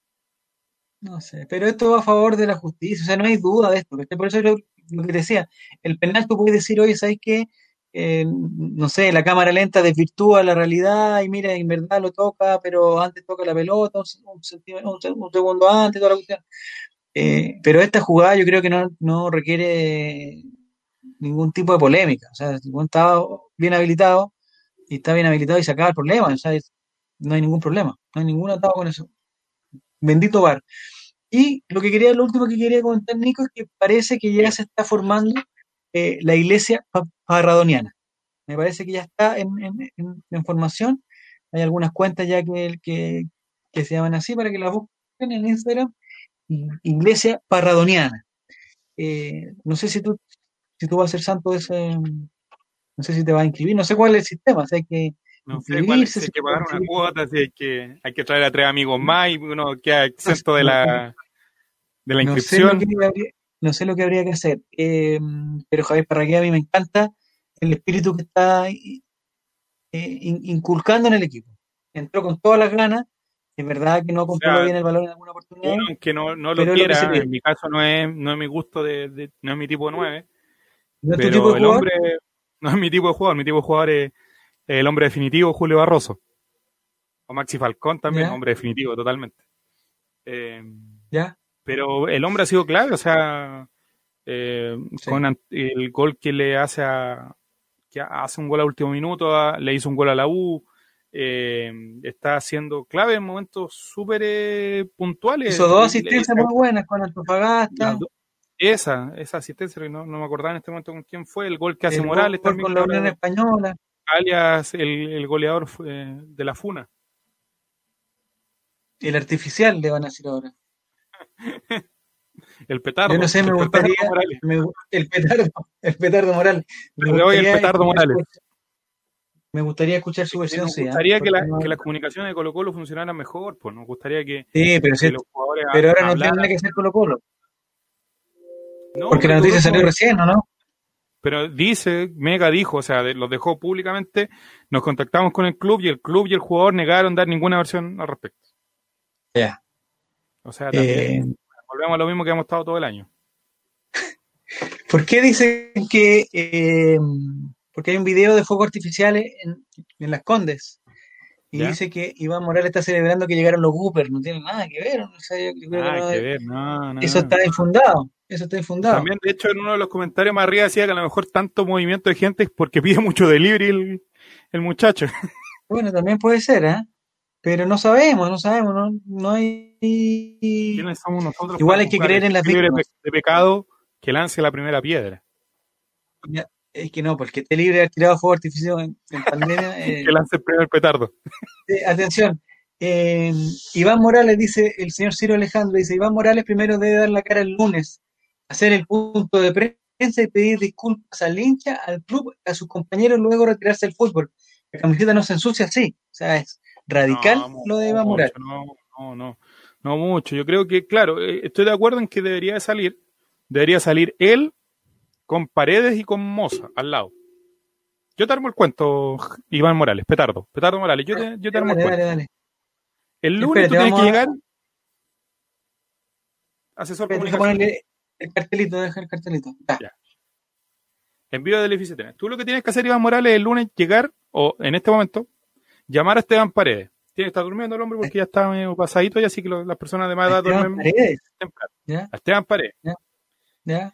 no sé, pero esto va a favor de la justicia, o sea, no hay duda de esto, ¿cachai? Por eso es lo, lo que te decía, el penal tú puedes decir, oye, ¿sabes qué? Eh, no sé, la cámara lenta desvirtúa la realidad y mira, en verdad lo toca, pero antes toca la pelota, un, un centímetro- un seg- un segundo antes, toda la cuestión. Eh, pero esta jugada yo creo que no, no requiere ningún tipo de polémica, o sea, si uno estaba bien habilitado y está bien habilitado y se acaba el problema, o sea, es- no hay ningún problema, no hay ningún atado con eso. Bendito V A R. Y lo que quería, lo último que quería comentar, Nico, es que parece que ya se está formando eh, la iglesia pa- parradoniana. Me parece que ya está en, en- en- en formación. Hay algunas cuentas ya que, que, que se llaman así para que las busquen en Instagram. I- Iglesia parradoniana. Eh, no sé si tú, si tú vas a ser santo de ese, no sé si te vas a inscribir, no sé cuál es el sistema, o sea, hay que no sé cuál es, inscribirse. si hay si que te pagar vas a una inscribir. cuota, si hay que, hay que traer a tres amigos más y uno queda exento de la, de la No sé lo inscripción. que habría, no sé lo que habría que hacer, eh, pero Javier Parragués a mí me encanta el espíritu que está eh, in- inculcando en el equipo. Entró con todas las ganas, es verdad que no O controló sea, bien el balón en alguna oportunidad, uno aunque no, no lo pero es lo que se quiera, pide. en mi caso no es, no es mi gusto de, de- no es mi tipo de nueve, ¿No es tu tipo pero de el jugador? hombre no es mi tipo de jugador, mi tipo de jugador es el hombre definitivo, Julio Barroso. O Maxi Falcón también, ¿Ya? hombre definitivo, totalmente. Eh, ¿Ya? pero el hombre ha sido clave, o sea, eh, Sí. con an- el gol que le hace a, que hace un gol a último minuto, a- le hizo un gol a la U, eh, está siendo clave en momentos súper eh, puntuales. Hizo dos Le- asistencias le- muy buenas con Antofagasta, las do- esa, esa asistencia, que no, no me acordaba en este momento con quién fue, el gol que hace el Morales gol también, con la que Unión ahora- Española, alias el, el goleador fue de la Funa. el artificial le van a decir ahora. El petardo. Yo no sé, me el gustaría, petardo Morales. me gu- el petardo, el petardo Morales. Me Le doy el gustaría petardo escuchar su Morales. versión- me gustaría escuchar su Sí, versión, nos sí, ¿ah? gustaría que, la, Porque no- que las comunicaciones de Colo Colo funcionaran mejor, pues nos gustaría que, Sí, pero, que sí, los jugadores pero ahora no hablaran. tiene nada que hacer Colo Colo, No, porque la pero noticia todo salió eso- recién, ¿o no? Pero dice, Mega dijo, o sea, de- los dejó públicamente, nos contactamos con el club y el club y el jugador negaron dar ninguna versión al respecto. Ya. O sea, también Eh, volvemos a lo mismo que hemos estado todo el año. ¿por qué dicen que eh, porque hay un video de fuegos artificiales en, en Las Condes y ¿Ya? dice que Iván Morales está celebrando que llegaron los Goopers? No tiene nada que ver, o sea, yo creo que Nada no- que ver, no, no. eso está infundado, eso está infundado. También, de hecho, en uno de los comentarios más arriba decía que a lo mejor tanto movimiento de gente es porque pide mucho delivery el, el muchacho. Bueno, también puede ser, ¿eh? Pero no sabemos, no sabemos, no, no hay... ¿Quiénes somos nosotros? Igual para hay que juzgar? creer en las El libre víctimas. de pecado que lance la primera piedra. Ya, es que no, porque esté libre de haber tirado fuego artificial en, en pandemia. eh, Que lance el primer petardo. eh, atención, eh, Iván Morales, dice el señor Ciro Alejandro, dice, Iván Morales primero debe dar la cara el lunes, hacer el punto de prensa y pedir disculpas al hincha, al club, a sus compañeros, luego retirarse del fútbol. la camiseta no se ensucia así. O sea, es radical No, lo de Iván mucho, Morales. no, no, no, no mucho. Yo creo que, claro, eh, estoy de acuerdo en que debería de salir, debería salir él con Paredes y con Moza al lado. Yo te armo el cuento, Iván Morales, Petardo, Petardo Morales, yo te, yo te armo Dale, el dale, cuento. dale. El lunes Espérate, tú tienes vamos que a- llegar, asesor Espérate, deja comunicación, ponerle el cartelito, deja el cartelito. Ya. Ya. envío del edificio Tenas. Tú lo que tienes que hacer, Iván Morales, el lunes llegar, o en este momento, llamar a Esteban Paredes. Tiene que estar durmiendo el hombre porque ya está medio pasadito y así que lo- las personas de más edad Esteban duermen Paredes. temprano. Ya, A Esteban Paredes. ya.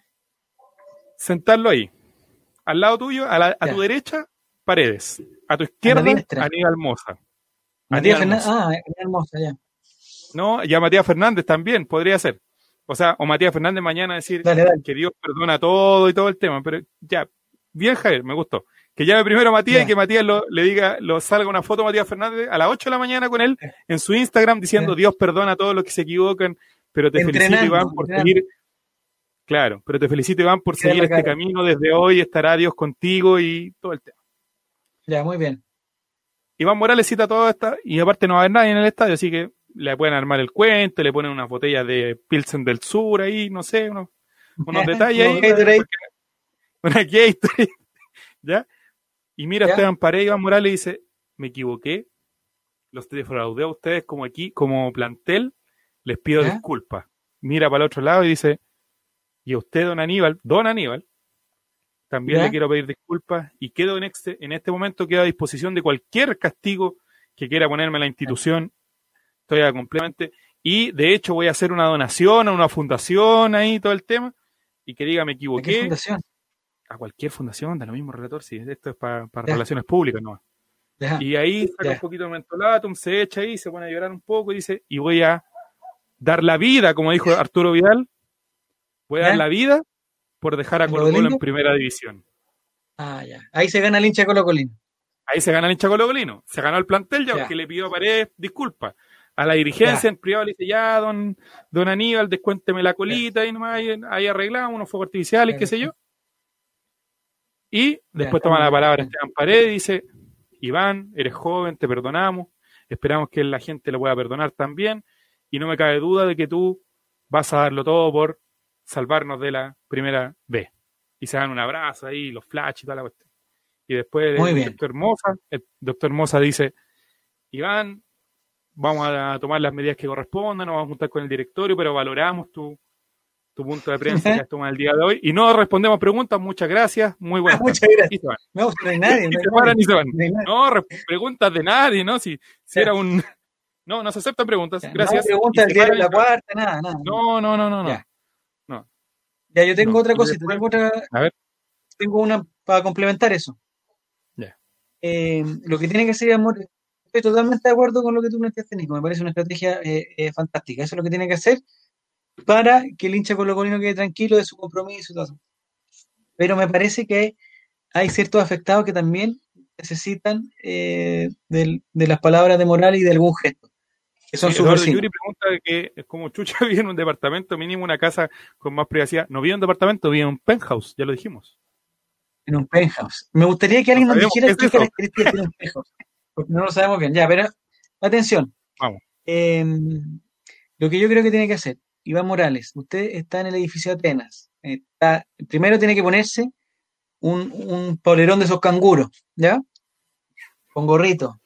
Sentarlo ahí. Al lado tuyo, a, la- a Ya. tu derecha, Paredes. A tu izquierda, diestra. Aníbal Moza. Matías Aníbal Fernández. Moza. Ah, es hermosa, ya. No, y a Matías Fernández también, podría ser. O sea, o Matías Fernández mañana decir Dale, dale. que Dios perdona todo y todo el tema, pero ya, bien Javier, me gustó. Que llame primero a Matías Ya. y que Matías lo, le diga, lo salga una foto a Matías Fernández a las ocho de la mañana con él en su Instagram diciendo Ya. Dios perdona a todos los que se equivocan, pero te felicito Entrenando, Iván por entrenando. seguir, claro, pero te felicito Iván por Queda seguir la este cara. camino desde hoy, estará Dios contigo y todo el tema. Ya, muy bien. Iván Morales cita todo esta y aparte no va a haber nadie en el estadio, así que le pueden armar el cuento, le ponen unas botellas de Pilsen del Sur ahí, no sé, unos, unos detalles ahí. Unos Gatorade. Una Gatorade, ¿ya? Y mira, Ya. Esteban Paredes, Iván Morales y dice, me equivoqué, los defraudé a ustedes como aquí, como plantel, les pido ¿Ya? disculpas. Mira para el otro lado y dice, y a usted, don Aníbal, don Aníbal, también ¿Ya? le quiero pedir disculpas y quedo en este, en este momento quedo a disposición de cualquier castigo que quiera ponerme la institución. Estoy a completamente, y de hecho voy a hacer una donación a una fundación ahí, todo el tema, y que diga me ¿De qué equivoqué, fundación? a cualquier fundación, da lo mismo relator, si esto es para Ya. relaciones públicas, ¿no? Ya. Y ahí saca Ya. un poquito de mentolatum, se echa ahí, se pone a llorar un poco y dice, y voy a dar la vida, como dijo Arturo Vidal, voy a ¿Ya? dar la vida por dejar a ¿En Colo Colo Rodelindo? en primera división. Ah, ya. Ahí se gana el hincha Colo Colino. Ahí se gana el hincha colocolino, se ganó el plantel ya, Ya. porque le pidió a Paredes disculpas. A la dirigencia Ya. en privado le dice, ya, don, don Aníbal, descuénteme la colita y nomás ahí, ahí arreglamos unos fuegos artificiales, Ya. qué sé yo. Y después Ya, toma la estamos palabra bien. Esteban Paredes y dice, Iván, eres joven, te perdonamos, esperamos que la gente lo pueda perdonar también, y no me cabe duda de que tú vas a darlo todo por salvarnos de la primera B. Y se dan un abrazo ahí, los flash y toda la cuestión. Y después Muy el bien. doctor Moza, el doctor Moza dice, Iván, vamos a tomar las medidas que correspondan, nos vamos a juntar con el directorio, pero valoramos tu, tu punto de prensa que has tomado el día de hoy. Y no respondemos preguntas, muchas gracias, muy buenas Muchas tardes. gracias. Y se van. No, no hay nadie. Y No hay se paran nadie. y se van. No hay nadie. No, re- preguntas de nadie, ¿no? Si, si era un... No, no se aceptan preguntas, Ya, gracias. No pregunta Y del se diario paran La y se van. Cuarta, nada, nada. No, no, no, no, no. Ya. No. Ya, yo tengo No. otra Y cosita, después- tengo otra, A ver. tengo una para complementar eso. Ya. Eh, lo que tiene que hacer, amor, estoy totalmente de acuerdo con lo que tú planteaste, Nico, me parece una estrategia eh, eh, fantástica. Eso es lo que tiene que hacer para que el hincha colocolino quede tranquilo de su compromiso y todo eso. Pero me parece que hay ciertos afectados que también necesitan eh, del- de las palabras de Morales y de algún gesto, que son Sí, sus Eduardo vecinos. Yuri pregunta que es como Chucha vive en un departamento mínimo, una casa con más privacidad. No vive en un departamento, vive en un penthouse, ya lo dijimos. En un penthouse. Me gustaría que alguien No nos sabemos dijera qué qué es eso. características tiene un penthouse, porque no lo sabemos bien. Ya, pero atención. Vamos. Eh, lo que yo creo que tiene que hacer, Iván Morales, usted está en el edificio de Atenas. Está, primero tiene que ponerse un, un polerón de esos canguros, ¿ya? Con gorrito.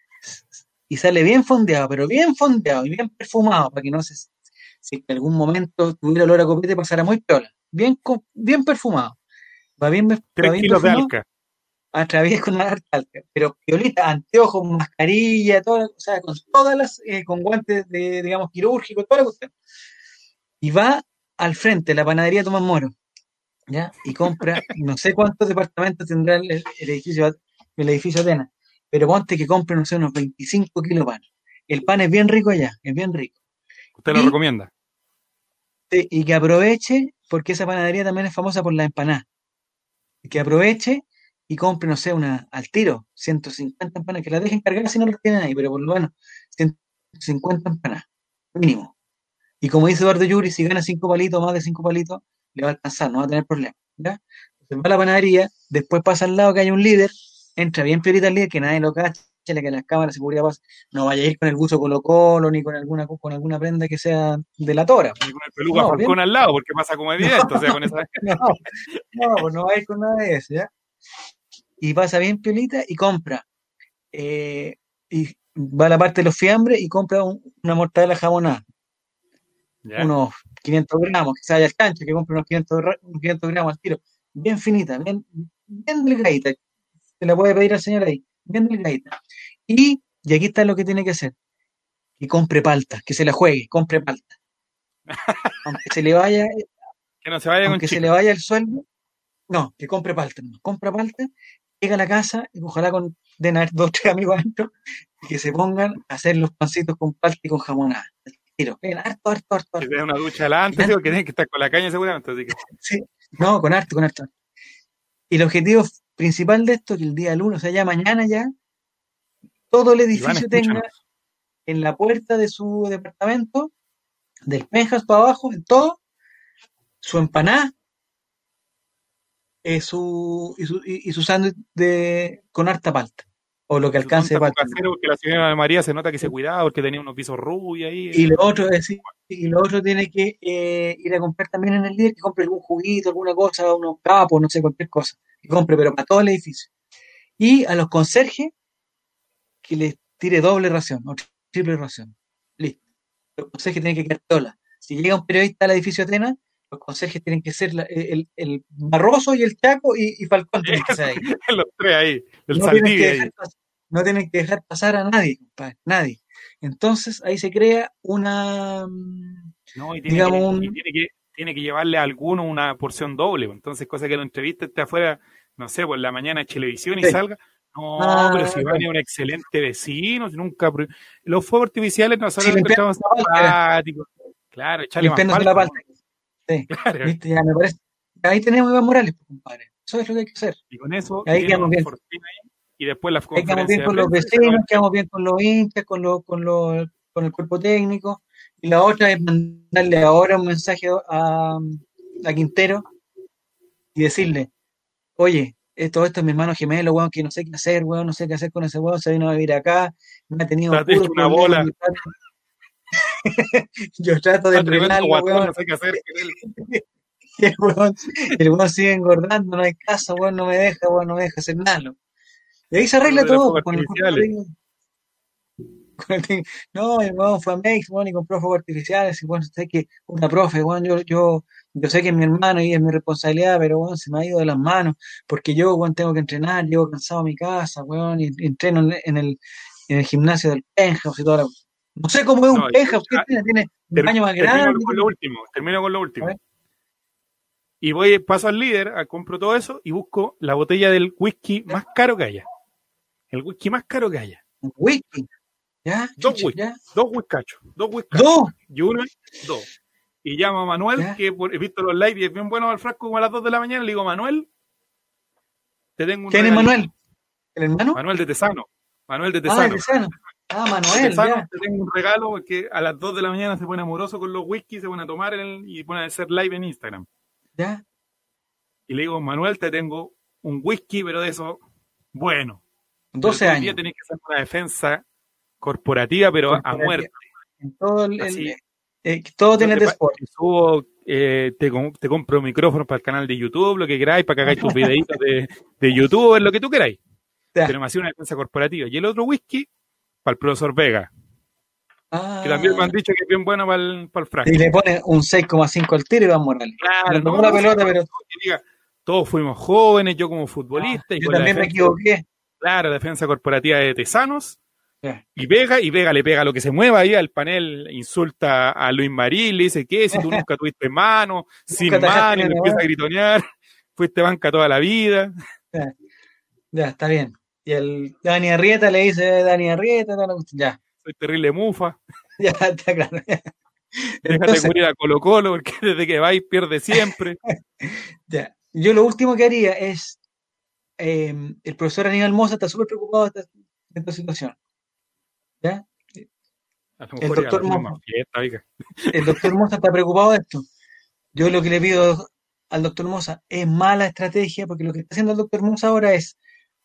Y sale bien fondeado, pero bien fondeado y bien perfumado, para que no se, si en algún momento tuviera olor a copete, pasara muy piola. Bien, co- bien perfumado. Va bien, va Tres bien kilos de perfumado. alca. A través con una harta alca, pero piolita, anteojos, mascarilla, toda, o sea, con todas las, eh, con guantes de, digamos, quirúrgicos, toda la cuestión. Y va al frente, la panadería Tomás Moro, ¿ya? Y compra, no sé cuántos departamentos tendrá el, el edificio, el edificio Atenas, pero ponte que compre, no sé, unos veinticinco kilos de pan. El pan es bien rico allá, es bien rico. Usted lo Y- recomienda. Sí, y que aproveche, porque esa panadería también es famosa por la empanada. Y que aproveche y compre, no sé, una al tiro, ciento cincuenta empanadas, que las dejen cargadas si no las tienen ahí, pero por lo menos ciento cincuenta empanadas, mínimo. Y como dice Eduardo Yuri, si gana cinco palitos, más de cinco palitos, le va a alcanzar, no va a tener problema. ¿Ya? Entonces va a la panadería, después pasa al lado que hay un líder, entra bien piolita el líder, que nadie lo cacha, que las cámaras de seguridad pasan. No vaya a ir con el buzo Colo Colo, ni con alguna con alguna prenda que sea de la tora. Ni con el peluca No, Falcón bien. al lado, porque pasa como evidente, o sea, con esa... No, no, pues no va a ir con nada de eso, ¿ya? Y pasa bien piolita y compra. eh, y va a la parte de los fiambres y compra un- una mortadela jamonada, ¿Ya? unos quinientos gramos, que se vaya al cancho, que compre unos quinientos, ra- unos quinientos gramos al tiro, bien finita, bien, bien delgadita, se la puede pedir al señor ahí, bien delgadita. Y, y aquí está lo que tiene que hacer, que compre palta, que se la juegue, compre palta. Aunque se le vaya, Que no se vaya con aunque se chicas. le vaya el sueldo, no, que compre palta, no, compra palta, llega a la casa y ojalá con den haber dos o tres amigos adentro y que se pongan a hacer los pancitos con palta y con jamonada. Al tiro, bien, harto, harto, harto, Que harto. se dé una ducha antes, sí, porque tienen que estar con la caña seguramente, así que... Sí, no, con harto, con harto. Y el objetivo principal de esto, que el día lunes, o sea, ya mañana ya, todo el Iván, edificio tenga escúchanos. en la puerta de su departamento, del penthouse para abajo, en todo, su empanada, eh, su, y su, y, y su sándwich de, con harta palta, o lo que Su alcance de tonta palta. casero, porque la señora María se nota que se cuidaba porque tenía unos pisos rubios ahí. Y eh. lo otro es decir, y lo otro tiene que eh, ir a comprar también en el día, que compre algún juguito, alguna cosa, unos capos, no sé, cualquier cosa, que compre, pero para todo el edificio. Y a los conserjes, que les tire doble ración o triple ración. Listo. Los conserjes tienen que quedar piola. Si llega un periodista al edificio Atenas, los conserjes tienen que ser la- el, el Barroso y el Chaco y, y Falcón tienen que ser ahí. Los tres ahí, el No tienen, que Saldivia ahí. dejar, pas- no tienen que dejar pasar a nadie, compadre, nadie. Entonces ahí se crea una, mm, No, y tiene, digamos, que, un, y tiene, que, tiene que llevarle a alguno una porción doble. Pues. Entonces, cosa que lo entrevista esté afuera, no sé, por la mañana en televisión y sí. salga. No, Ah, pero si Iván es un excelente vecino, si nunca. pro- Los fuegos artificiales nosotros Sí, los limpiando encontramos la palta, era, simpáticos. Claro, echarle más limpiándose la palta. palta. ¿No? Sí, Claro. viste, ya me parece. Ahí tenemos a Iván Morales, pues, compadre. Eso es lo que hay que hacer. Y con eso Ahí tiene quedamos un bien. fortín ahí. Y después la Ahí quedamos bien conferencia de con los prensa y se acaba vecinos, el quedamos bien con los hinchas, con, los, con, los, con el cuerpo técnico. Y la otra es mandarle ahora un mensaje a, a Quintero y decirle, oye, eh, todo esto es mi hermano gemelo, weón, que no sé qué hacer, weón, no sé qué hacer con ese weón, se vino a vivir acá, me ha tenido Está hecho puros una problemas, bola. yo trato, yo trato de Está tremendo enredarlo, guatón, weón, no sé qué hacer con él. y el weón, el weón sigue engordando, no hay caso, weón, no me deja, weón, no me deja hacer nada. Y ahí se Con lo arregla de los todo, fuegos pues, con el cuerpo artificiales. técnico. Con el técnico. No, el weón fue a Mex, weón, y compró fuegos artificiales, y bueno, usted que, una profe, weón, yo, yo, yo sé que es mi hermano y es mi responsabilidad, pero weón, se me ha ido de las manos, porque yo, weón, tengo que entrenar, llego cansado a mi casa, weón, y, y entreno en, en el, en el gimnasio del penthouse y toda la... No sé cómo es un No, y- penthouse, ¿qué ah, tiene? Tiene un ter- baño más termino grande, con tiene- lo último. Termino con lo a último. ver, Y voy, paso al líder, a- compro todo eso y busco la botella del whisky más caro que haya. El whisky más caro que haya. un whisky, ¿ya? Dos Chucha, whisky, ¿ya? dos whiskachos, dos whiskachos. ¡Dos! Y uno, dos. Y llamo a Manuel, ¿Ya? que por- he visto los live y es bien bueno al frasco como a las dos de la mañana. Le digo, Manuel, te tengo un ¿Quién es regalito. Manuel? ¿El hermano? Manuel de Tesano. Manuel de Ah, Tesano. el Tesano. Ah, De Manuel, Tesano, ya. te tengo un regalo porque a las dos de la mañana se pone amoroso con los whisky, se pone a tomar en el- y pone a hacer live en Instagram. ¿Ya? Y le digo, Manuel, te tengo un whisky, pero de eso, bueno. doce Pero tú hoy día años. tenés que hacer una defensa corporativa, pero a Corporativa. muerte. En todo el, el- Así. eh, todo Yo tiene te, de pa- sport. te subo, eh, te, com- te compro micrófonos para el canal de YouTube, lo que queráis, para que hagáis tus videitos de, de YouTube, lo que tú queráis. Ya. Pero me hacía una defensa corporativa. Y el otro whisky, para el profesor Vega, Ah, que también me han dicho que es bien bueno para el, para el frasco. y le pone un seis coma cinco al tiro y Iván Morales. Claro, Le no, tocó la no, pelota, sí, pero que diga, todos fuimos jóvenes, yo como futbolista. y yo con la también me defensa- equivoqué. Claro, defensa corporativa de Tesanos. Ya. Y Vega, y Vega le pega lo que se mueva ahí al panel, insulta a Luis Marín, le dice que si tú nunca tuviste mano, sin atajaste mano, y ni le una empieza a bola. gritonear, fuiste banca toda la vida. Ya, ya, está bien. Y el Dani Arrieta le dice Dani Arrieta, toda la cuestión. Ya, Soy terrible mufa, ya está claro. déjate Entonces, cubrir a Colo Colo, porque desde que vais pierde siempre. ya. Yo lo último que haría es, eh, el profesor Aníbal Mosa está súper preocupado de esta, de esta situación. ¿Ya? A lo El mejor era doctor la misma Mosa. fiesta, oiga. El doctor Mosa está preocupado de esto. Yo lo que le pido al doctor Mosa es mala estrategia, porque lo que está haciendo el doctor Mosa ahora es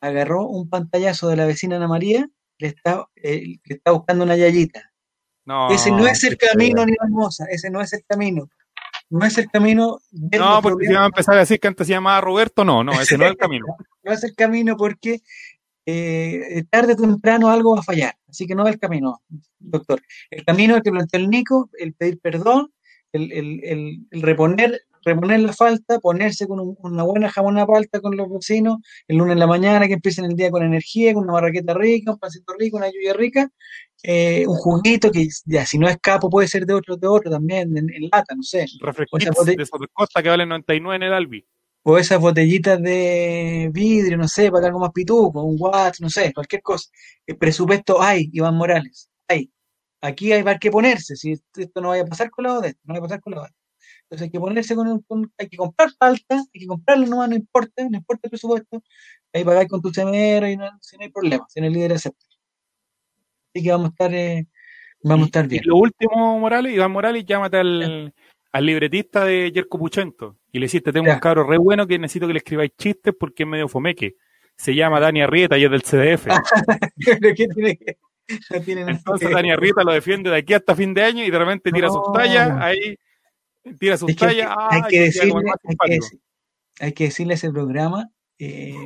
agarró un pantallazo de la vecina Ana María, le está, eh, que está buscando una yayita. No, Ese no es el qué camino, feo. ni hermosa, ese no es el camino. No es el camino de No, los porque si va a problemas, empezar a decir que antes se llamaba Roberto, no, no, ese no es el camino. no es el camino porque eh, tarde o temprano algo va a fallar. Así que no es el camino, doctor. El camino es el que planteó el Nico, el pedir perdón, el, el, el, el reponer, reponer la falta, ponerse con un- una buena jamona palta con los vecinos, el lunes en la mañana, que empiecen el día con energía, con una barraqueta rica, un pancito rico, una lluvia rica, eh, un juguito que ya, si no es capo, puede ser de otro, de otro también, en, en lata, no sé. O esas, Refresquits bote- de Sotocosta que valen noventa y nueve en el Albi. o esas botellitas de vidrio, no sé, para algo más pituco, un watts, no sé, cualquier cosa. El presupuesto hay, Iván Morales, hay. Aquí hay para qué ponerse, si esto no vaya a pasar con la odette, no vaya a pasar con la odette. Entonces hay que ponerse con, un- con- hay que comprar palta, hay que comprarlo nomás, no importa, no importa el presupuesto, ahí pagáis con tu semero y no, si no hay problema, si no el líder acepta. Así que vamos a estar, eh, vamos a Y, estar y bien. lo último, Morales, Iván Morales, llámate al, al libretista de Yerko Puchento y le decís, te tengo Ya. un cabro re bueno que necesito que le escribáis chistes porque es medio fomeque. Se llama Dani Arrieta y es del C D F. Pero ¿qué tiene que, no tiene nada Entonces que- Dani Arrieta lo defiende de aquí hasta fin de año y de repente tira sus No. tallas, ahí tira sus Es que hay que, tallas, hay ah, que y queda como el decirle, más hay que, simpático. deci- hay que decirle a ese programa eh,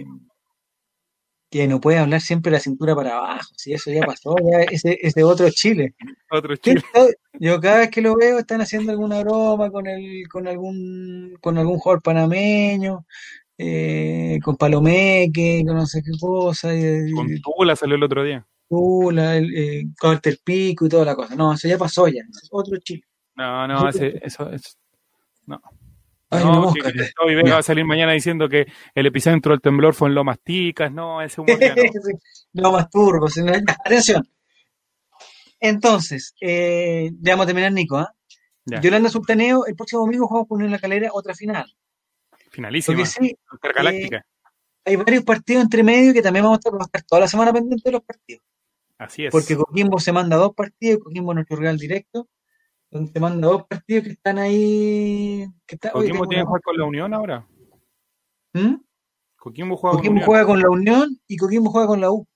que no puede hablar siempre la cintura para abajo, si eso ya pasó, ya ese, ese otro Chile. Otro Sí, chile. todo- Yo cada vez que lo veo están haciendo alguna broma con el, con algún, con algún jugador panameño, eh, con Palomeque, con no sé qué cosa, y, Con y- Tula salió el otro día. Tula, el, eh, Corte el Pico y toda la cosa. No, eso ya pasó ya, ese es otro Chile. No, Es no, otro ese, Chile. eso, eso, no. Ay, una No, mosca. que Gustavo Vega Ya. va a salir mañana diciendo que el epicentro del temblor fue en Lomas Ticas, no, ese humor ya no. No más turbo. si no- ya, atención. Entonces, eh, ya vamos a terminar, Nico. ¿ah? Ya, Yolanda Sultaneo, el próximo domingo jugamos con Unión La Calera, otra final. Lo finalísima, que sí, eh, intergaláctica. hay varios partidos entre medio que también vamos a estar, vamos a estar toda la semana pendientes de los partidos. Así es. Porque Coquimbo se manda dos partidos, Coquimbo es nuestro rival directo, donde se manda dos partidos que están ahí. Que está, oye, Coquimbo tengo tiene que una- jugar con la Unión ahora. ¿Mm? Coquimbo juega con Coquimbo Unión. juega con la Unión y Coquimbo juega con la U.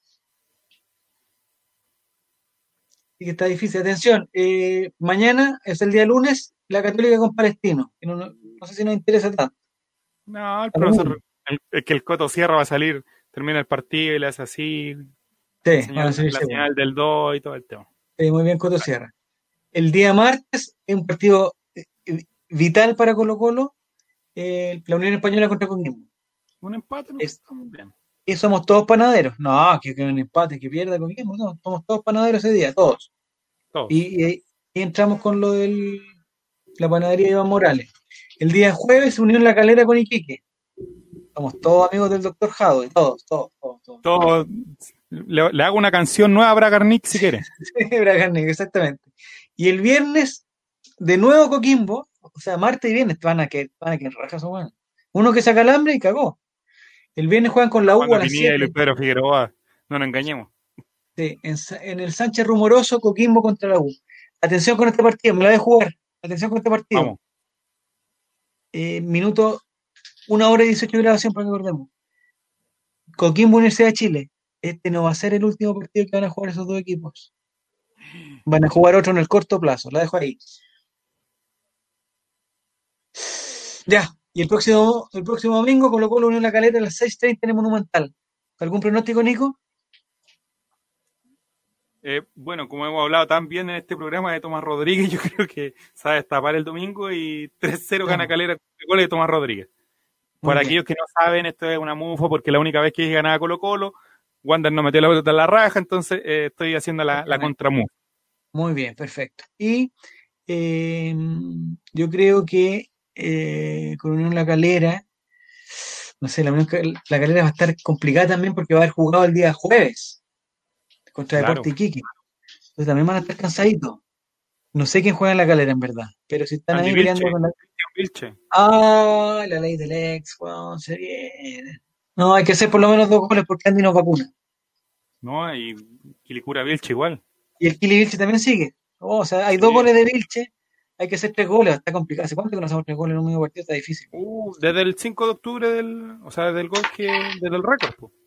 Así que está difícil. Atención, eh, mañana es el día lunes, la Católica con Palestino. que No, no- no sé si nos interesa tanto. No, el Ah, profesor, el, el que el Coto Sierra va a salir, termina el partido y le hace así, Sí, señal- van a salir la segundo. señal del dos y todo el tema. Sí, muy bien, Coto Sierra. El día martes es un partido eh, eh, vital para Colo Colo, eh, la Unión Española contra Coquimbo. Un empate, no Es- está muy bien. Y somos todos panaderos. No, que, que un empate, que pierda Coquimbo. No, somos todos panaderos ese día, todos. Todos. Y, y- y entramos con lo de la panadería de Iván Morales. El día jueves, Unión La Calera con Iquique. Somos todos amigos del doctor Jado, todos, todos, todos, todos. Todo- le, le hago una canción nueva a Bragarnik si quiere. Bragarnik, exactamente. Y el viernes, de nuevo Coquimbo, o sea, martes y viernes van a que van a que rajas son buenos. Uno que saca alambre y cagó. El viernes juegan con la U Cuando a las Pinilla y Luis siete. Pedro Figueroa, no nos engañemos. Sí, en, Sa- en el Sánchez Rumoroso, Coquimbo contra la U. Atención con este partido, me la voy a jugar. Atención con este partido. Vamos. Eh, minuto, una hora y dieciocho de grabación para que acordemos. Coquimbo Universidad de Chile. Este no va a ser el último partido que van a jugar esos dos equipos. Van a jugar otro en el corto plazo. La dejo ahí. Ya. Y el próximo, el próximo domingo Colo Colo Unión La Calera a las seis treinta en el Monumental. ¿Algún pronóstico, Nico? Eh, bueno, como hemos hablado tan bien en este programa de Tomás Rodríguez, yo creo que se va a destapar el domingo y tres cero gana Calera con el gol de Tomás Rodríguez. Muy Para bien. aquellos que no saben, esto es una mufa porque la única vez que ganaba Colo Colo, Wander no metió la pelota en la raja, entonces eh, estoy haciendo la, la contramufa. Muy bien, perfecto. Y eh, yo creo que eh, con Unión La Calera, no sé, la, Unión Cal- La Calera va a estar complicada también porque va a haber jugado el día jueves contra Claro. Deportes Iquique. Entonces también van a estar cansaditos. No sé quién juega en La Calera en verdad, pero si están Andy ahí Vilche. peleando con la... Vilche. Ah, la ley del ex, weón, se viene. No, hay que hacer por lo menos dos goles porque Andy nos vacuna. ¿No? Y Quilicura Vilche igual. Y el Kili Vilche también sigue. Oh, o sea, hay dos Sí. goles de Vilche, hay que hacer tres goles, está complicado. ¿Hace cuánto que no hacemos tres goles en un mismo partido? Está difícil. Uh, desde el cinco de octubre del, o sea, desde el gol que, desde el récord, po.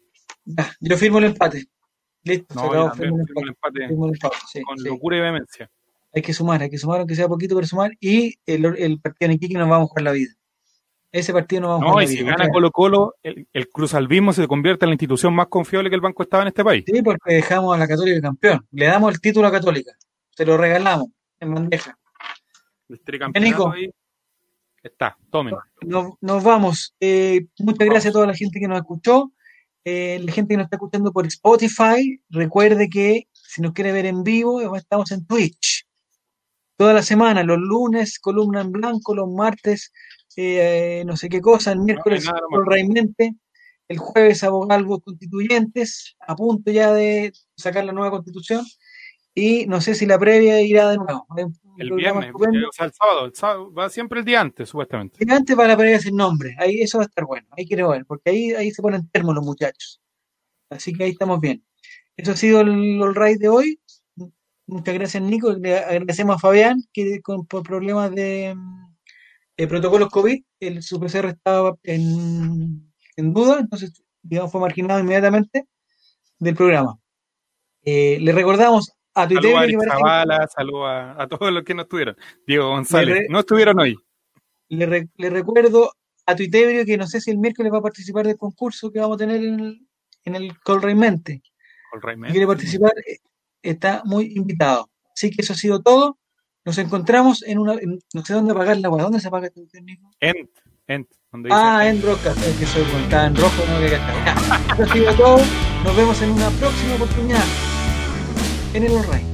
Ya, yo firmo el empate. Listo, se No, acabó, yo también firmo el firmo el empate. empate Firmo el empate, sí, con sí. locura y vehemencia. Hay que sumar, hay que sumar, aunque sea poquito, pero sumar. Y el, el partido en Iquique nos vamos a jugar la vida. Ese partido nos vamos a No, jugar y la si vida. gana Muchas Colo Colo, el, el cruzalvismo se convierte en la institución más confiable que el Banco Estado en este país. Sí, porque dejamos a la Católica campeón. Le damos el título a Católica. Se lo regalamos en bandeja. El Ya, tricampeonato Nico, ahí está, tomen. nos, nos vamos. Eh, muchas gracias a Vamos. toda la gente que nos escuchó. Eh, la gente que nos está escuchando por Spotify, recuerde que si nos quiere ver en vivo, estamos en Twitch. Toda la semana, los lunes, columna en blanco, los martes, eh, no sé qué cosa, el No hay miércoles, nada más. Sol Raimente, el jueves, abogados constituyentes, a punto ya de sacar la nueva constitución, y no sé si la previa irá de nuevo. Hay un El programa viernes, estupendo. eh, o sea, el sábado, el sábado, va siempre el día antes, supuestamente. Y antes para la previa sin nombre, ahí eso va a estar bueno, ahí quiero ver, porque ahí, ahí se ponen termos los muchachos. Así que ahí estamos bien. Eso ha sido el All Right de hoy. Muchas gracias, Nico. Le agradecemos a Fabián, que con, por problemas de, de protocolos COVID, el, su P C R estaba en, en duda, entonces, digamos, fue marginado inmediatamente del programa. Eh, le recordamos a Saludos a Tuitebrio que Eric parece que Zavala, saludos a, a todos los que no estuvieron. Diego le, González, re- no estuvieron hoy. le, re- le recuerdo a Tuitebrio que no sé si el miércoles va a participar del concurso que vamos a tener en el, en el Colreimente. Con Si Raimundo. quiere participar, eh, está muy invitado. Así que eso ha sido todo. Nos encontramos en una. en- no sé dónde apagar la agua. ¿Dónde se apaga esta cuestión, Nico? Ent, Ent, donde dice Ah, Ent. en Broadcast. Es que soy bueno, está en rojo, no que ya. Eso ha sido todo. Nos vemos en una próxima oportunidad en el All Right.